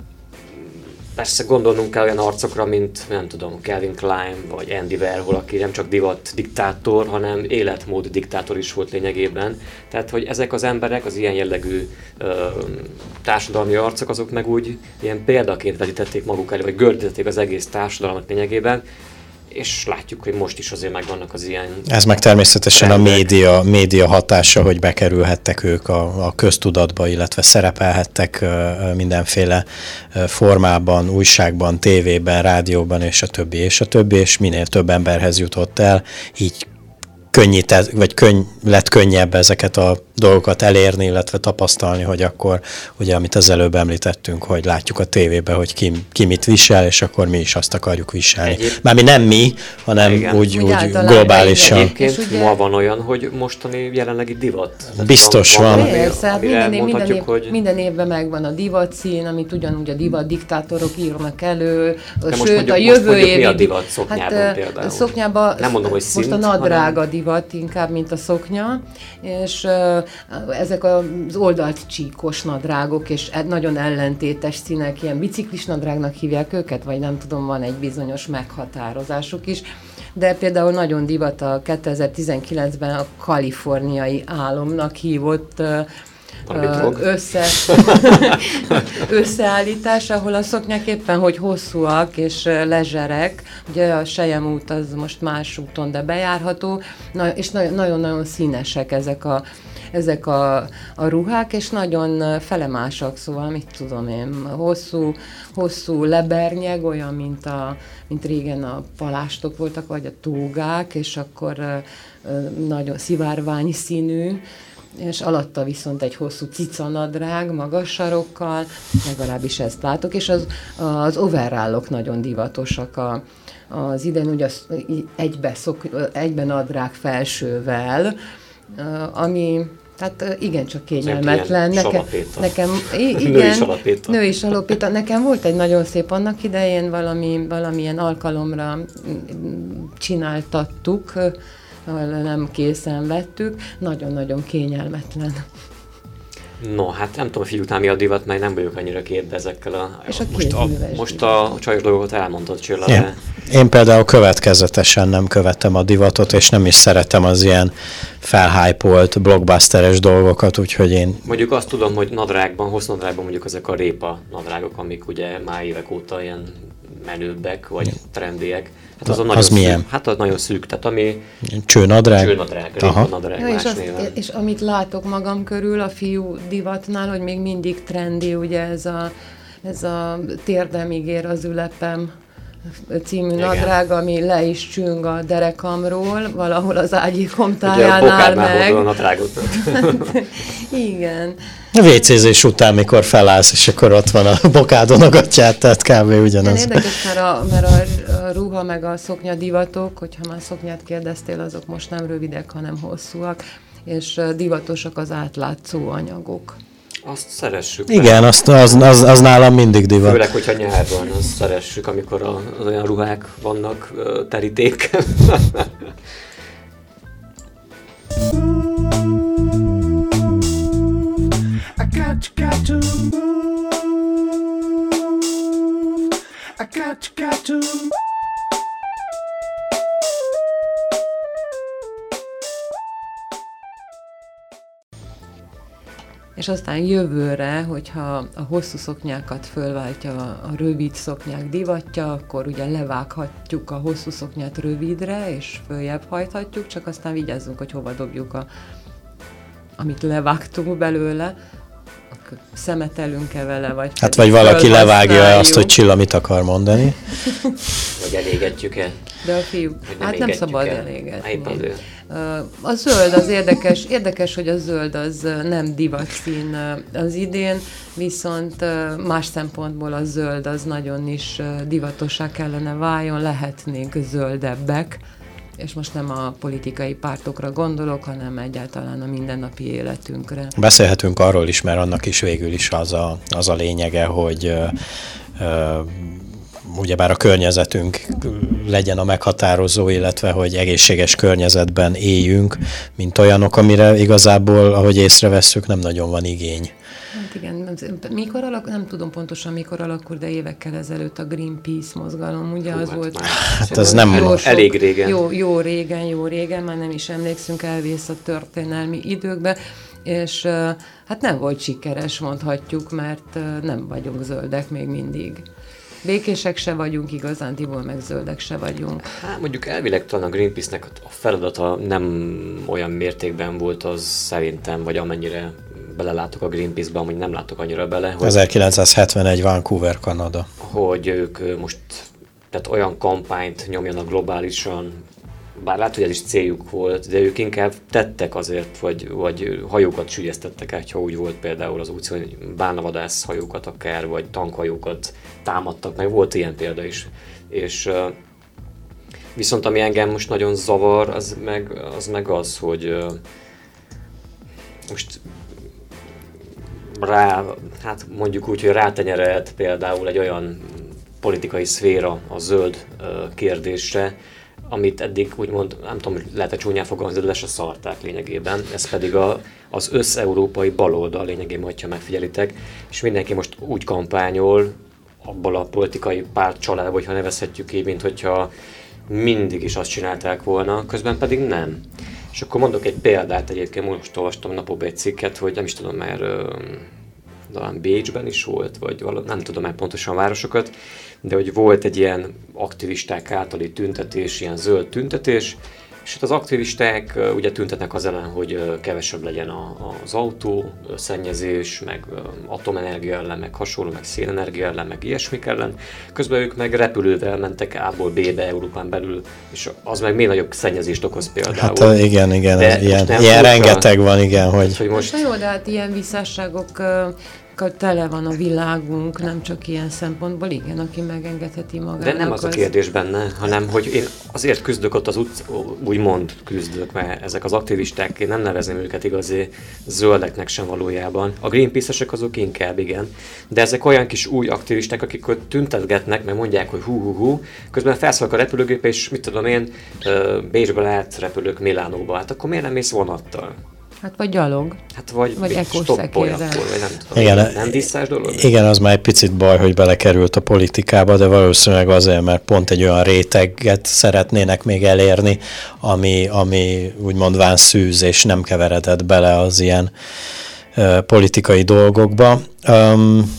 Persze gondolnunk kell olyan arcokra, mint nem tudom, Calvin Klein vagy Andy Warhol, aki nem csak divat diktátor, hanem életmód diktátor is volt lényegében. Tehát, hogy ezek az emberek, az ilyen jellegű ö, társadalmi arcok, azok meg úgy ilyen példaként vetítették maguk elé, vagy gördítették az egész társadalmat lényegében, és látjuk, hogy most is azért megvannak az ilyen... Ez meg természetesen trendek. a média, média hatása, hogy bekerülhettek ők a, a köztudatba, illetve szerepelhettek uh, mindenféle uh, formában, újságban, tévében, rádióban, és a többi, és a többi, és minél több emberhez jutott el, így könnyített, vagy könny, lett könnyebb ezeket a dolgokat elérni, illetve tapasztalni, hogy akkor, ugye, amit az előbb említettünk, hogy látjuk a tévében, hogy ki, ki mit visel, és akkor mi is azt akarjuk viselni. Mármint nem mi, hanem igen. úgy, úgy, úgy globálisan. Egyébként ugye... ma van olyan, hogy mostani jelenlegi divat. Biztos van. van. Persze, hát minden, év, minden, év, hogy... minden évben megvan a divat szín, amit ugyanúgy a divat diktátorok írnak elő, de sőt mondjuk, a jövő évi... mi a divat szoknyában hát, például? Szoknyában nem mondom, hogy szint, most a nadrág hanem... a divat inkább, mint a szoknya, és uh, ezek az oldalt csíkos nadrágok, és nagyon ellentétes színek, ilyen biciklis nadrágnak hívják őket, vagy nem tudom, van egy bizonyos meghatározásuk is, de például nagyon divat a kétezer-tizenkilencben a kaliforniai álomnak hívott uh, össze, összeállítás, ahol a szoknyák éppen, hogy hosszúak és lezserek, ugye a Selyemút az most más úton, de bejárható, na, és nagyon-nagyon színesek ezek a ezek a, a ruhák, és nagyon felemásak, szóval mit tudom én, hosszú, hosszú lebernyeg, olyan, mint, a, mint régen a palástok voltak, vagy a tógák, és akkor uh, nagyon szivárvány színű, és alatta viszont egy hosszú cicanadrág, magas sarokkal, legalábbis ezt látok, és az, az overallok nagyon divatosak a, az idén, ugye az egybe, szok, egybe nadrág felsővel, ami hát igencsak kényelmetlen. Nekem, nekem, igen, női salapéta. Női salapéta. Nekem volt egy nagyon szép annak idején, valami, valamilyen alkalomra csináltattuk, ahol nem készen vettük, nagyon-nagyon kényelmetlen. No, hát nem tudom, fiúknál mi a divat, mert nem vagyok annyira képbe ezekkel a... És a most a, most a csajos dolgokat elmondtad, Csilla, yeah. de... Én például következetesen nem követem a divatot, és nem is szeretem az ilyen felhypolt, blockbusteres dolgokat, úgyhogy én... Mondjuk azt tudom, hogy nadrágban, hossznadrágban mondjuk ezek a répa nadrágok, amik ugye már évek óta ilyen menőbbek, vagy trendiek. Hát az, a nagyon az szűk, milyen? Hát az nagyon szűk, tehát ami... Csőnadrág? Csőnadrág, répa nadrág ja, más és, néven. és amit látok magam körül a fiú divatnál, hogy még mindig trendi, ugye ez a, ez a térdemig ér az ülepem című igen. nadrág, ami le is csüng a derekamról, valahol az ágyikom tájánál meg. A nadrágot. Igen. A vécézés után, mikor felállsz, és akkor ott van a bokádon a gatyát, tehát kb. Ugyanaz. Igen, érdekes, mert, a, mert a, a ruha meg a szoknya divatok, hogyha már szoknyát kérdeztél, azok most nem rövidek, hanem hosszúak, és divatosak az átlátszó anyagok. Azt szeressük. Igen, azt, az, az, az nálam mindig divat. Főleg, hogyha nyár van, azt szeressük, amikor a, az olyan ruhák vannak terítékkel. I got you, got to move. I got you, got to move. És aztán jövőre, hogyha a hosszú szoknyákat fölváltja a rövid szoknyák divatja, akkor ugye levághatjuk a hosszú szoknyát rövidre, és följebb hajthatjuk, csak aztán vigyázzunk, hogy hova dobjuk, a, amit levágtunk belőle, szemetelünk-e vele, vagy... Hát vagy valaki levágja azt, hogy Csilla mit akar mondani. Vagy elégetjük-e? De a fiú, nem hát nem szabad elégetni. A zöld az érdekes, érdekes, hogy a zöld az nem divatszín az idén, viszont más szempontból a zöld az nagyon is divatossá kellene váljon, lehetnénk zöldebbek, és most nem a politikai pártokra gondolok, hanem egyáltalán a mindennapi életünkre. Beszélhetünk arról is, mert annak is végül is az a, az a lényege, hogy ö, ö, ugyebár a környezetünk legyen a meghatározó, illetve hogy egészséges környezetben éljünk, mint olyanok, amire igazából, ahogy észrevesszük, nem nagyon van igény. Hát igen, mikor alak, nem tudom pontosan mikor alakult, de évekkel ezelőtt a Greenpeace mozgalom, ugye az hát volt... Hát az nem... Jó, sok, elég régen. Jó, jó régen, jó régen, már nem is emlékszünk, elvész a történelmi időkbe, és hát nem volt sikeres, mondhatjuk, mert nem vagyunk zöldek még mindig. Békések se vagyunk, igazándiból meg zöldek se vagyunk. Hát mondjuk elvileg talán a Greenpeace-nek a feladata nem olyan mértékben volt az szerintem, vagy amennyire belelátok a Greenpeace-be, amúgy nem látok annyira bele. Hogy, ezerkilencszázhetvenegy, Vancouver, Kanada. Hogy ők most tehát olyan kampányt nyomjanak globálisan, bár lehet, hogy ez is céljuk volt, de ők inkább tettek azért, vagy, vagy hajókat sülyeztettek át, ha úgy volt például az úgy, hogy bálnavadász hajókat akár, vagy tankhajókat támadtak, meg volt ilyen példa is. És uh, viszont ami engem most nagyon zavar, az meg az, meg az hogy uh, most rá, hát mondjuk úgy, hogy rátenyerelt például egy olyan politikai szféra a zöld uh, kérdésre, amit eddig úgymond, nem tudom, lehet-e csúnyán fogalmazni, de le se szarták lényegében. Ez pedig a, az összeurópai baloldal lényegében, ha megfigyelitek, és mindenki most úgy kampányol abból a politikai párt családból, hogyha nevezhetjük így, mint hogyha mindig is azt csinálták volna, közben pedig nem. És akkor mondok egy példát, egyébként most olvastam napokban egy cikket, hogy nem is tudom már, talán Bécsben is volt, vagy valami, nem tudom már pontosan városokat, de hogy volt egy ilyen aktivisták általi tüntetés, ilyen zöld tüntetés, és hát az aktivisták ugye tüntetnek az ellen, hogy kevesebb legyen az autó, szennyezés, meg atomenergia ellen, meg hasonló, meg szélenergia ellen, meg ilyesmik ellen. Közben ők meg repülővel mentek A-ból B-be Európán belül, és az meg még nagyobb szennyezést okoz például. Hát igen, igen, ez ilyen, ilyen rengeteg van, igen, hogy... hogy most... Most jó, de hát ilyen visszásságok problémákkal tele van a világunk, nem csak ilyen szempontból, igen, aki megengedheti magának. De nem az, az a kérdés benne, hanem hogy én azért küzdök ott az utc, úgymond küzdök, mert ezek az aktivisták, én nem nevezném őket igazi zöldeknek sem valójában. A Greenpeace-esek azok inkább, igen. De ezek olyan kis új aktivisták, akik ott tüntetgetnek, mert mondják, hogy hú-hú-hú, közben felszállok a repülőgép, és mit tudom én, Bécsből átrepülök Milánóba. Hát akkor miért nem mész vonattal? Hát vagy gyalog. Hát vagy, vagy stoppolj akkor, vagy nem tudom. Igen, nem visszás dolog? Igen, az már egy picit baj, hogy belekerült a politikába, de valószínűleg azért, mert pont egy olyan réteget szeretnének még elérni, ami, ami úgymond ván szűz, és nem keveredett bele az ilyen uh, politikai dolgokba. Um,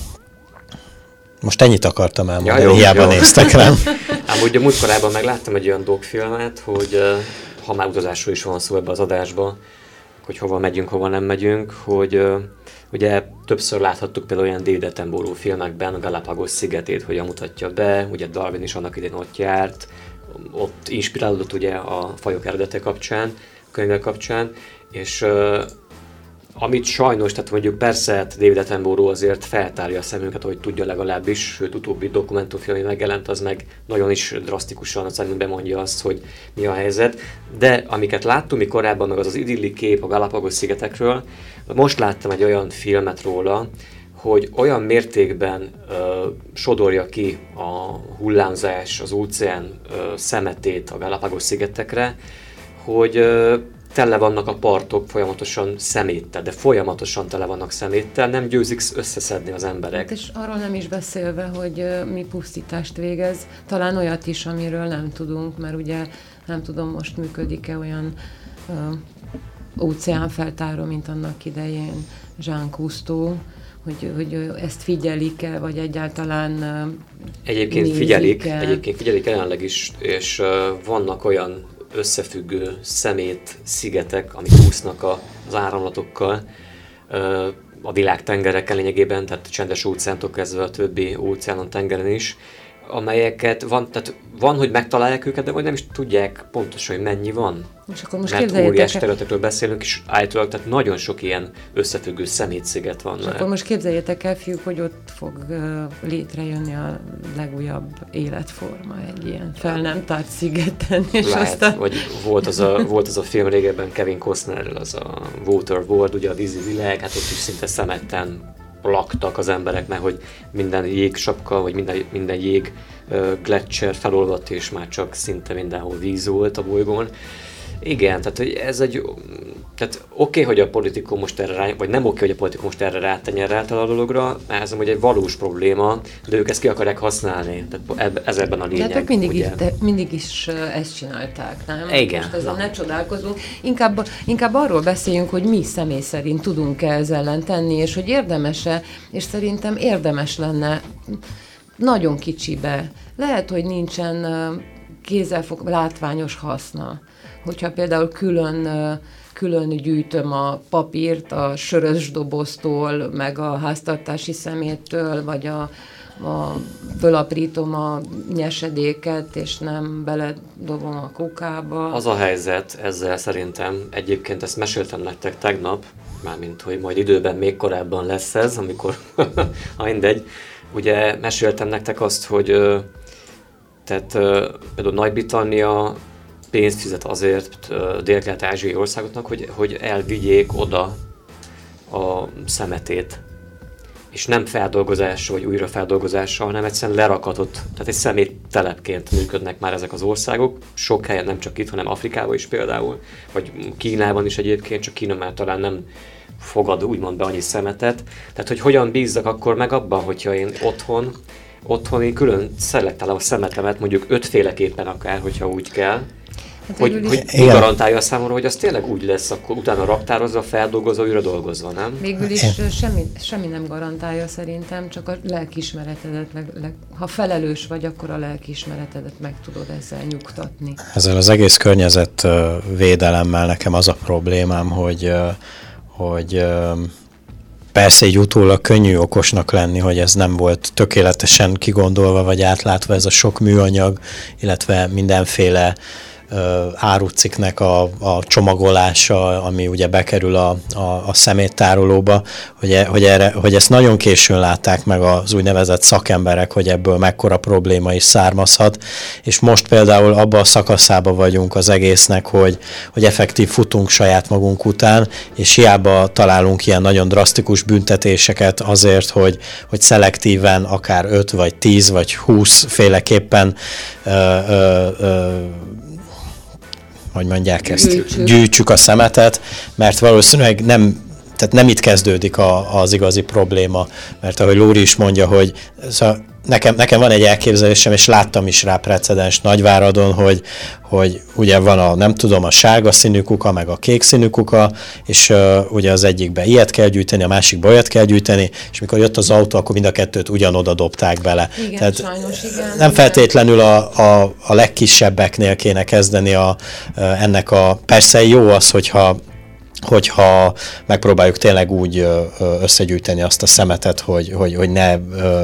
most ennyit akartam elmondani, ja, jó, hiába jó. Néztek rám. Ám ugye múltkorában megláttam egy olyan dokfilmet, hogy uh, ha már utazásról is van szó ebbe az adásba, hogy hova megyünk, hova nem megyünk, hogy uh, ugye többször láthattuk például olyan David Attenborough filmekben a Galapagos szigetét, hogyan mutatja be, ugye Darwin is annak idején ott járt, ott inspirálódott ugye a fajok eredete kapcsán, a könyvek kapcsán, és uh, amit sajnos, tehát mondjuk persze David Attenborough azért feltárja a szemünket, ahogy tudja legalábbis, sőt utóbbi dokumentumfilm, ami megjelent, az meg nagyon is drasztikusan a szemünkbe mondja azt, hogy mi a helyzet. De amiket láttunk mi korábban, meg az az idilli kép a Galapagos szigetekről, most láttam egy olyan filmet róla, hogy olyan mértékben ö, sodorja ki a hullámzás, az óceán ö, szemetét a Galapagos szigetekre, hogy ö, tele vannak a partok folyamatosan szeméttel, de folyamatosan tele vannak szeméttel, nem győzik összeszedni az emberek. Hát és arról nem is beszélve, hogy uh, mi pusztítást végez, talán olyat is, amiről nem tudunk, mert ugye nem tudom, most működik-e olyan uh, óceánfeltáró, mint annak idején Jean Cousteau, hogy, hogy ezt figyelik-e, vagy egyáltalán uh, Egyébként figyelik, egyébként figyelik jelenleg is, és uh, vannak olyan összefüggő szemét szigetek, amik úsznak a, az áramlatokkal a világ tengereken lényegében, tehát a csendes óceántól kezdve a többi óceánon, tengeren is, amelyeket van, tehát van, hogy megtalálják őket, de vagy nem is tudják pontosan, hogy mennyi van. És akkor most mert óriás területekről beszélünk, és állítólag tehát nagyon sok ilyen összefüggő szemétsziget van. És akkor most képzeljétek el, fiúk, hogy ott fog uh, létrejönni a legújabb életforma egy ilyen fel nem tárt szigeten. És Lehet, aztán... vagy volt az, a, volt az a film régebben Kevin Costnerrel, az a Waterworld, ugye a vízi világ, hát ott is szinte szemetten laktak az emberek, mert hogy minden jégsapka, vagy minden, minden jég uh, gletszer felolvadt, és már csak szinte mindenhol víz volt a bolygón. Igen, tehát ez egy, tehát oké, okay, hogy a politikum most erre rá, vagy nem oké, okay, hogy a politikum most erre rátenyerelte a dologra, mert ez egy valós probléma, de ők ezt ki akarják használni, tehát ez ebben a lényeg. De hát mindig, is, de mindig is ezt csinálták, nem? Igen. Most ezen ne csodálkozunk, inkább, inkább arról beszéljünk, hogy mi személy szerint tudunk-e ez ellen tenni, és hogy érdemese, és szerintem érdemes lenne nagyon kicsibe. Lehet, hogy nincsen kézzelfog, látványos haszna. Hogyha például külön, külön gyűjtöm a papírt a sörös doboztól, meg a háztartási szeméttől, vagy a, a, fölaprítom a nyesedéket, és nem beledobom a kukába. Az a helyzet ezzel szerintem, egyébként ezt meséltem nektek tegnap, mármint, hogy majd időben még korábban lesz ez, amikor, ha mindegy, ugye meséltem nektek azt, hogy tehát például Nagy-Britannia pénzt fizet azért dél-kelet-ázsiai országoknak, hogy, hogy elvigyék oda a szemetét. És nem feldolgozással vagy újrafeldolgozással, hanem egyszerűen lerakatott, tehát egy szeméttelepként működnek már ezek az országok. Sok helyen, nem csak itt, hanem Afrikában is például, vagy Kínában is egyébként, csak Kína már talán nem fogad úgymond be annyi szemetet. Tehát, hogy hogyan bízzak akkor meg abban, hogyha én otthon, otthon én külön szelektálom a szemetemet, mondjuk ötféleképpen akár, hogyha úgy kell, hát hogy, hogy garantálja a számomra, hogy az tényleg úgy lesz, akkor utána raktározva, feldolgozva, újra dolgozva, nem? Végül is semmi, semmi nem garantálja szerintem, csak a lelkiismeretedet, leg, leg, ha felelős vagy, akkor a lelkiismeretedet meg tudod ezzel nyugtatni. Ezzel az egész környezetvédelemmel nekem az a problémám, hogy, hogy persze így utólag könnyű okosnak lenni, hogy ez nem volt tökéletesen kigondolva vagy átlátva ez a sok műanyag, illetve mindenféle árucikknek a, a csomagolása, ami ugye bekerül a, a, a szeméttárolóba, hogy, e, hogy, erre, hogy ezt nagyon későn látták meg az úgynevezett szakemberek, hogy ebből mekkora probléma is származhat, és most például abban a szakaszában vagyunk az egésznek, hogy, hogy effektív futunk saját magunk után, és hiába találunk ilyen nagyon drasztikus büntetéseket azért, hogy, hogy szelektíven akár öt vagy tíz vagy húsz féleképpen ö, ö, ö, hogy mondják ezt, gyűjtsük. gyűjtsük a szemetet, mert valószínűleg nem, tehát nem itt kezdődik a, az igazi probléma, mert ahogy Lóri is mondja, hogy szóval nekem, nekem van egy elképzelésem, és láttam is rá precedens Nagyváradon, hogy, hogy ugye van a, nem tudom, a sárga színű kuka, meg a kék színű kuka, és uh, ugye az egyikbe ilyet kell gyűjteni, a másikba olyat kell gyűjteni, és mikor jött az autó, akkor mind a kettőt ugyanoda dobták bele. Igen, Tehát sajnos, igen. Nem feltétlenül a, a, a legkisebbeknél kéne kezdeni a, ennek a... Persze jó az, hogyha hogyha megpróbáljuk tényleg úgy összegyűjteni azt a szemetet, hogy, hogy, hogy ne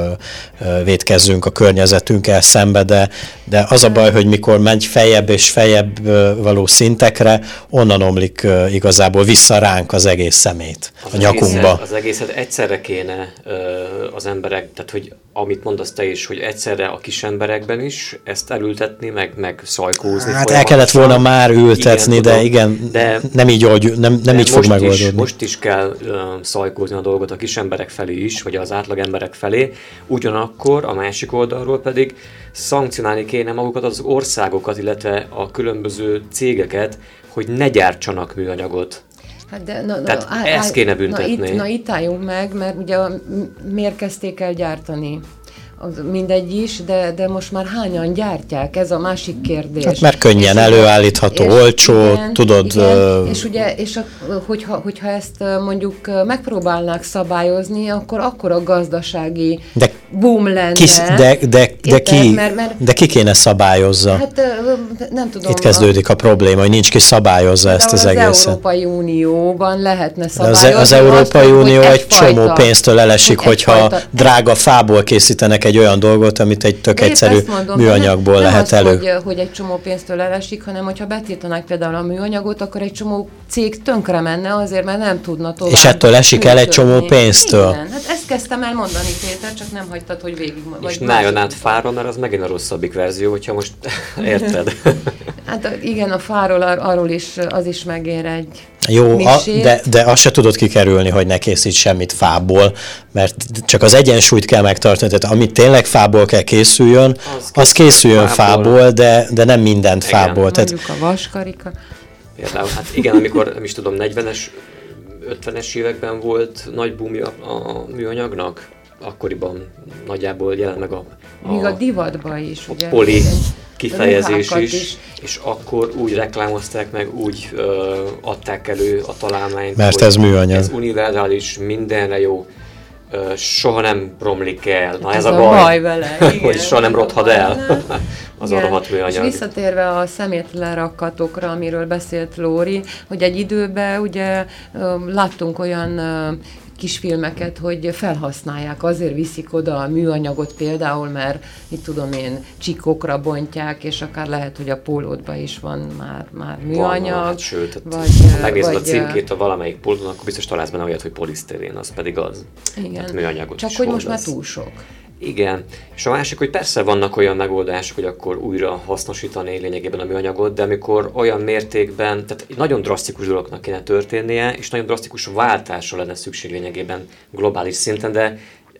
vétkezzünk a környezetünkkel szembe, de, de az a baj, hogy mikor megy feljebb és feljebb való szintekre, onnan omlik igazából vissza ránk az egész szemét a nyakunkba. Egészet, az egészet egyszerre kéne az emberek, tehát hogy amit mondasz te is, hogy egyszerre a kis emberekben is ezt elültetni, meg, meg szajkózni. Hát el kellett volna már ültetni, igen, de tudom, igen, de, nem így, old, nem, nem így fog megoldódni. Is, most is kell uh, szajkózni a dolgot a kis emberek felé is, vagy az átlag emberek felé, ugyanakkor a másik oldalról pedig szankcionálni kéne magukat az országokat, illetve a különböző cégeket, hogy ne gyártsanak műanyagot. Hát de, na, Tehát na, ezt kéne büntetni. Na itt, na itt álljunk meg, mert ugye miért kezdték el gyártani? Az mindegy is, de, de most már hányan gyártják? Ez a másik kérdés. Hát mert könnyen és előállítható, és olcsó, igen, tudod... Igen, uh... és ugye, és a, hogyha, hogyha ezt mondjuk megpróbálnák szabályozni, akkor akkor a gazdasági de boom lenne. Kis, de, de, de, ki, mert, mert, de ki kéne szabályozza? Hát nem tudom. Itt kezdődik a probléma, hogy nincs ki szabályozza ezt az, az egészet. Az Európai Unióban lehetne szabályozni. Az, az Európai Unió egy csomó pénztől elesik, hogyha drága fából készítenek egy olyan dolgot, amit egy tök egyszerű mondom, műanyagból nem, lehet nem elő. Az, hogy, hogy egy csomó pénztől elesik, hanem hogyha betiltanák például a műanyagot, akkor egy csomó cég tönkre menne azért, mert nem tudna tovább. És ettől esik el egy csomó pénztől. Igen, hát ezt kezdtem el mondani, Péter, csak nem hagytad, hogy végig... És nájon át fáról, mert az megint a rosszabbik verzió, hogyha most érted. Hát igen, a fáról ar- arról is, az is megér egy Jó, a, de, de azt se tudod kikerülni, hogy ne készít semmit fából, mert csak az egyensúlyt kell megtartani, tehát amit tényleg fából kell készüljön, az, az készüljön fából, fából de, de nem mindent igen. fából. Mondjuk tehát... a vaskarika. Például, hát igen, amikor, nem is tudom, negyvenes, ötvenes években volt nagy boomja a műanyagnak, akkoriban nagyjából jelent meg a... a Míg a divatban is, a ugye? Poli kifejezés is, is, és akkor úgy reklámozták meg, úgy ö, adták elő a találmányt, mert ez műanyag. Ez univerzális, mindenre jó, ö, soha nem romlik el. Na ez, ez a baj, baj vele, igen, hogy soha nem rothad el az a rohadt műanyag. És visszatérve a szemétlerakatokra, amiről beszélt Lóri, hogy egy időben ugye láttunk olyan kisfilmeket, hogy felhasználják, azért viszik oda a műanyagot például, mert itt tudom én, csikokra bontják, és akár lehet, hogy a pólódban is van már, már műanyag. Van, hát, sőt, vagy, ha megnézed vagy, a címkét a valamelyik pólódon, akkor biztos találsz benne olyat, hogy polisztirén, az pedig az. Igen, hát műanyagot csak is hogy most hordasz. Már túl sok. Igen, és a másik, hogy persze vannak olyan megoldások, hogy akkor újra hasznosítani lényegében a műanyagot, de amikor olyan mértékben, tehát nagyon drasztikus dolognak kéne történnie, és nagyon drasztikus váltásra lenne szükség lényegében globális szinten, de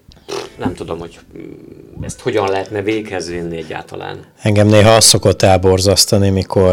nem tudom, hogy ezt hogyan lehetne véghez vinni egyáltalán. Engem néha az szokott elborzasztani, mikor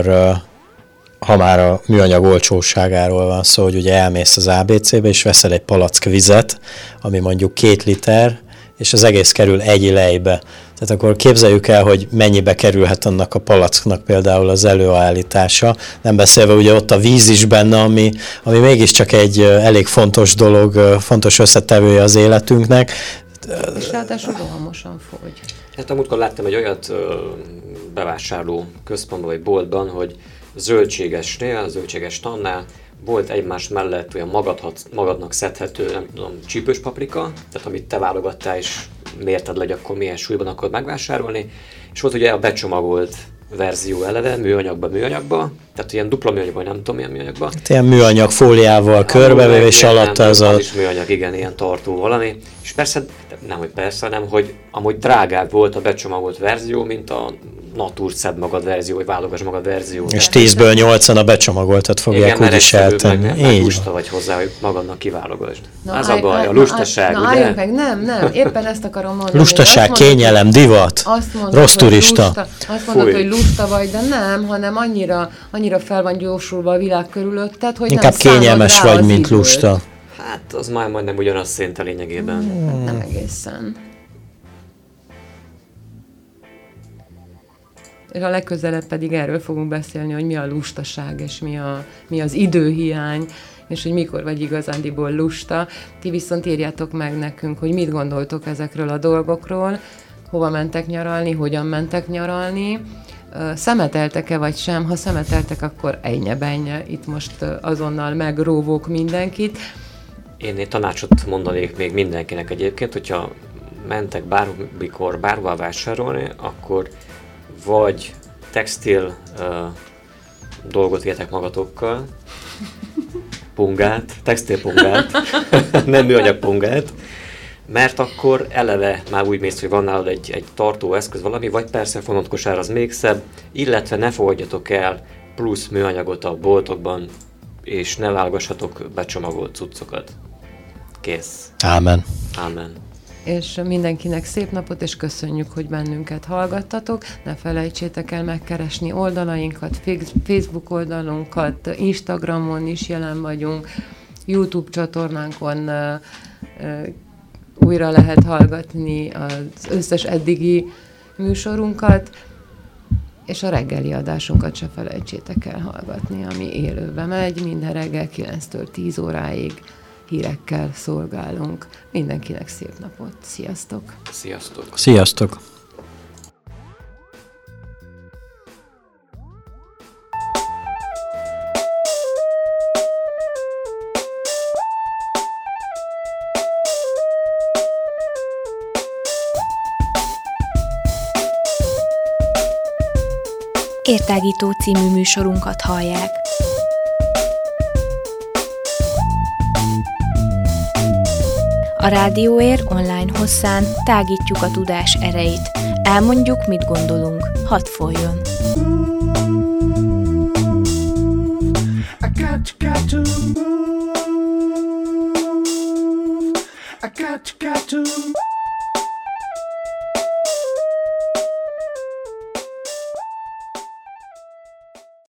ha már a műanyag olcsóságáról van szó, hogy ugye elmész az á bé cébe, és veszel egy palack vizet, ami mondjuk két liter, és az egész kerül egy lejbe. Tehát akkor képzeljük el, hogy mennyibe kerülhet annak a palacknak például az előállítása. Nem beszélve ugye ott a víz is benne, ami, ami mégiscsak egy elég fontos dolog, fontos összetevője az életünknek. És ráadásul rohamosan fogy. Hát amúgykor láttam egy olyat bevásárló központban vagy boltban, hogy zöldségesnél, zöldséges tannál volt egymás mellett olyan magadhat, magadnak szedhető, nem tudom, csípős paprika, tehát amit te válogattál és mérted le, hogy akkor milyen súlyban akarod megvásárolni, és volt ugye a becsomagolt verzió eleve, műanyagba, műanyagba, tehát ilyen dupla műanyagban, nem tudom, milyen műanyagban. Hát ilyen műanyag fóliával körbevéve, és alatta ez a... Az is műanyag, igen, ilyen tartó valami. És persze, nem, hogy persze, nem, hogy amúgy drágább volt a becsomagolt verzió, mint a Natur szed magad verzió, vagy válogass magad verzió. És tízből nyolcan a becsomagoltat fogják úgy is eltenni. Meg, meg lusta vagy hozzá, hogy magadnak kiválogasd. Na, ez a baj, a lustaság, na, ugye? Álljunk meg, nem, nem, éppen ezt akarom mondani. Lustaság, kényelem, divat, azt mondod, rossz turista. Lusta, azt mondod, hogy lusta vagy, de nem, hanem annyira, annyira fel van gyorsulva a világ körülötted, hogy inkább nem kényelmes vagy, mint időt. lusta. Hát az már majdnem ugyanaz szinte lényegében. Hmm. Nem egészen. És a legközelebb pedig erről fogunk beszélni, hogy mi a lustaság, és mi, a, mi az időhiány, és hogy mikor vagy igazándiból lusta. Ti viszont írjátok meg nekünk, hogy mit gondoltok ezekről a dolgokról, hova mentek nyaralni, hogyan mentek nyaralni, szemeteltek-e vagy sem, ha szemeteltek, akkor ennye-bennye, itt most azonnal megróvók mindenkit. Én egy tanácsot mondanék még mindenkinek egyébként, hogyha mentek bármikor bárhova vásárolni, akkor vagy textil uh, dolgot vihetek magatokkal, pungát, textilpungát, nem műanyag pungát, mert akkor eleve már úgy mész, hogy van nálad egy, egy tartó eszköz valami, vagy persze fonatkosár az még szebb, illetve ne fogadjatok el plusz műanyagot a boltokban, és ne válogassatok becsomagolt cuccokat. Kész. Ámen. Ámen. És mindenkinek szép napot, és köszönjük, hogy bennünket hallgattatok. Ne felejtsétek el megkeresni oldalainkat, Facebook oldalunkat, Instagramon is jelen vagyunk, YouTube csatornánkon uh, uh, újra lehet hallgatni az összes eddigi műsorunkat, és a reggeli adásunkat se felejtsétek el hallgatni, ami élőbe megy, minden reggel kilenctől tíz óráig hírekkel szolgálunk. Mindenkinek szép napot. Sziasztok! Sziasztok! Sziasztok! Értágító című műsorunkat hallják. A Rádióér online hosszán tágítjuk a tudás erejét. Elmondjuk, mit gondolunk. Hadd folyjon! I got, got to move. I got, got to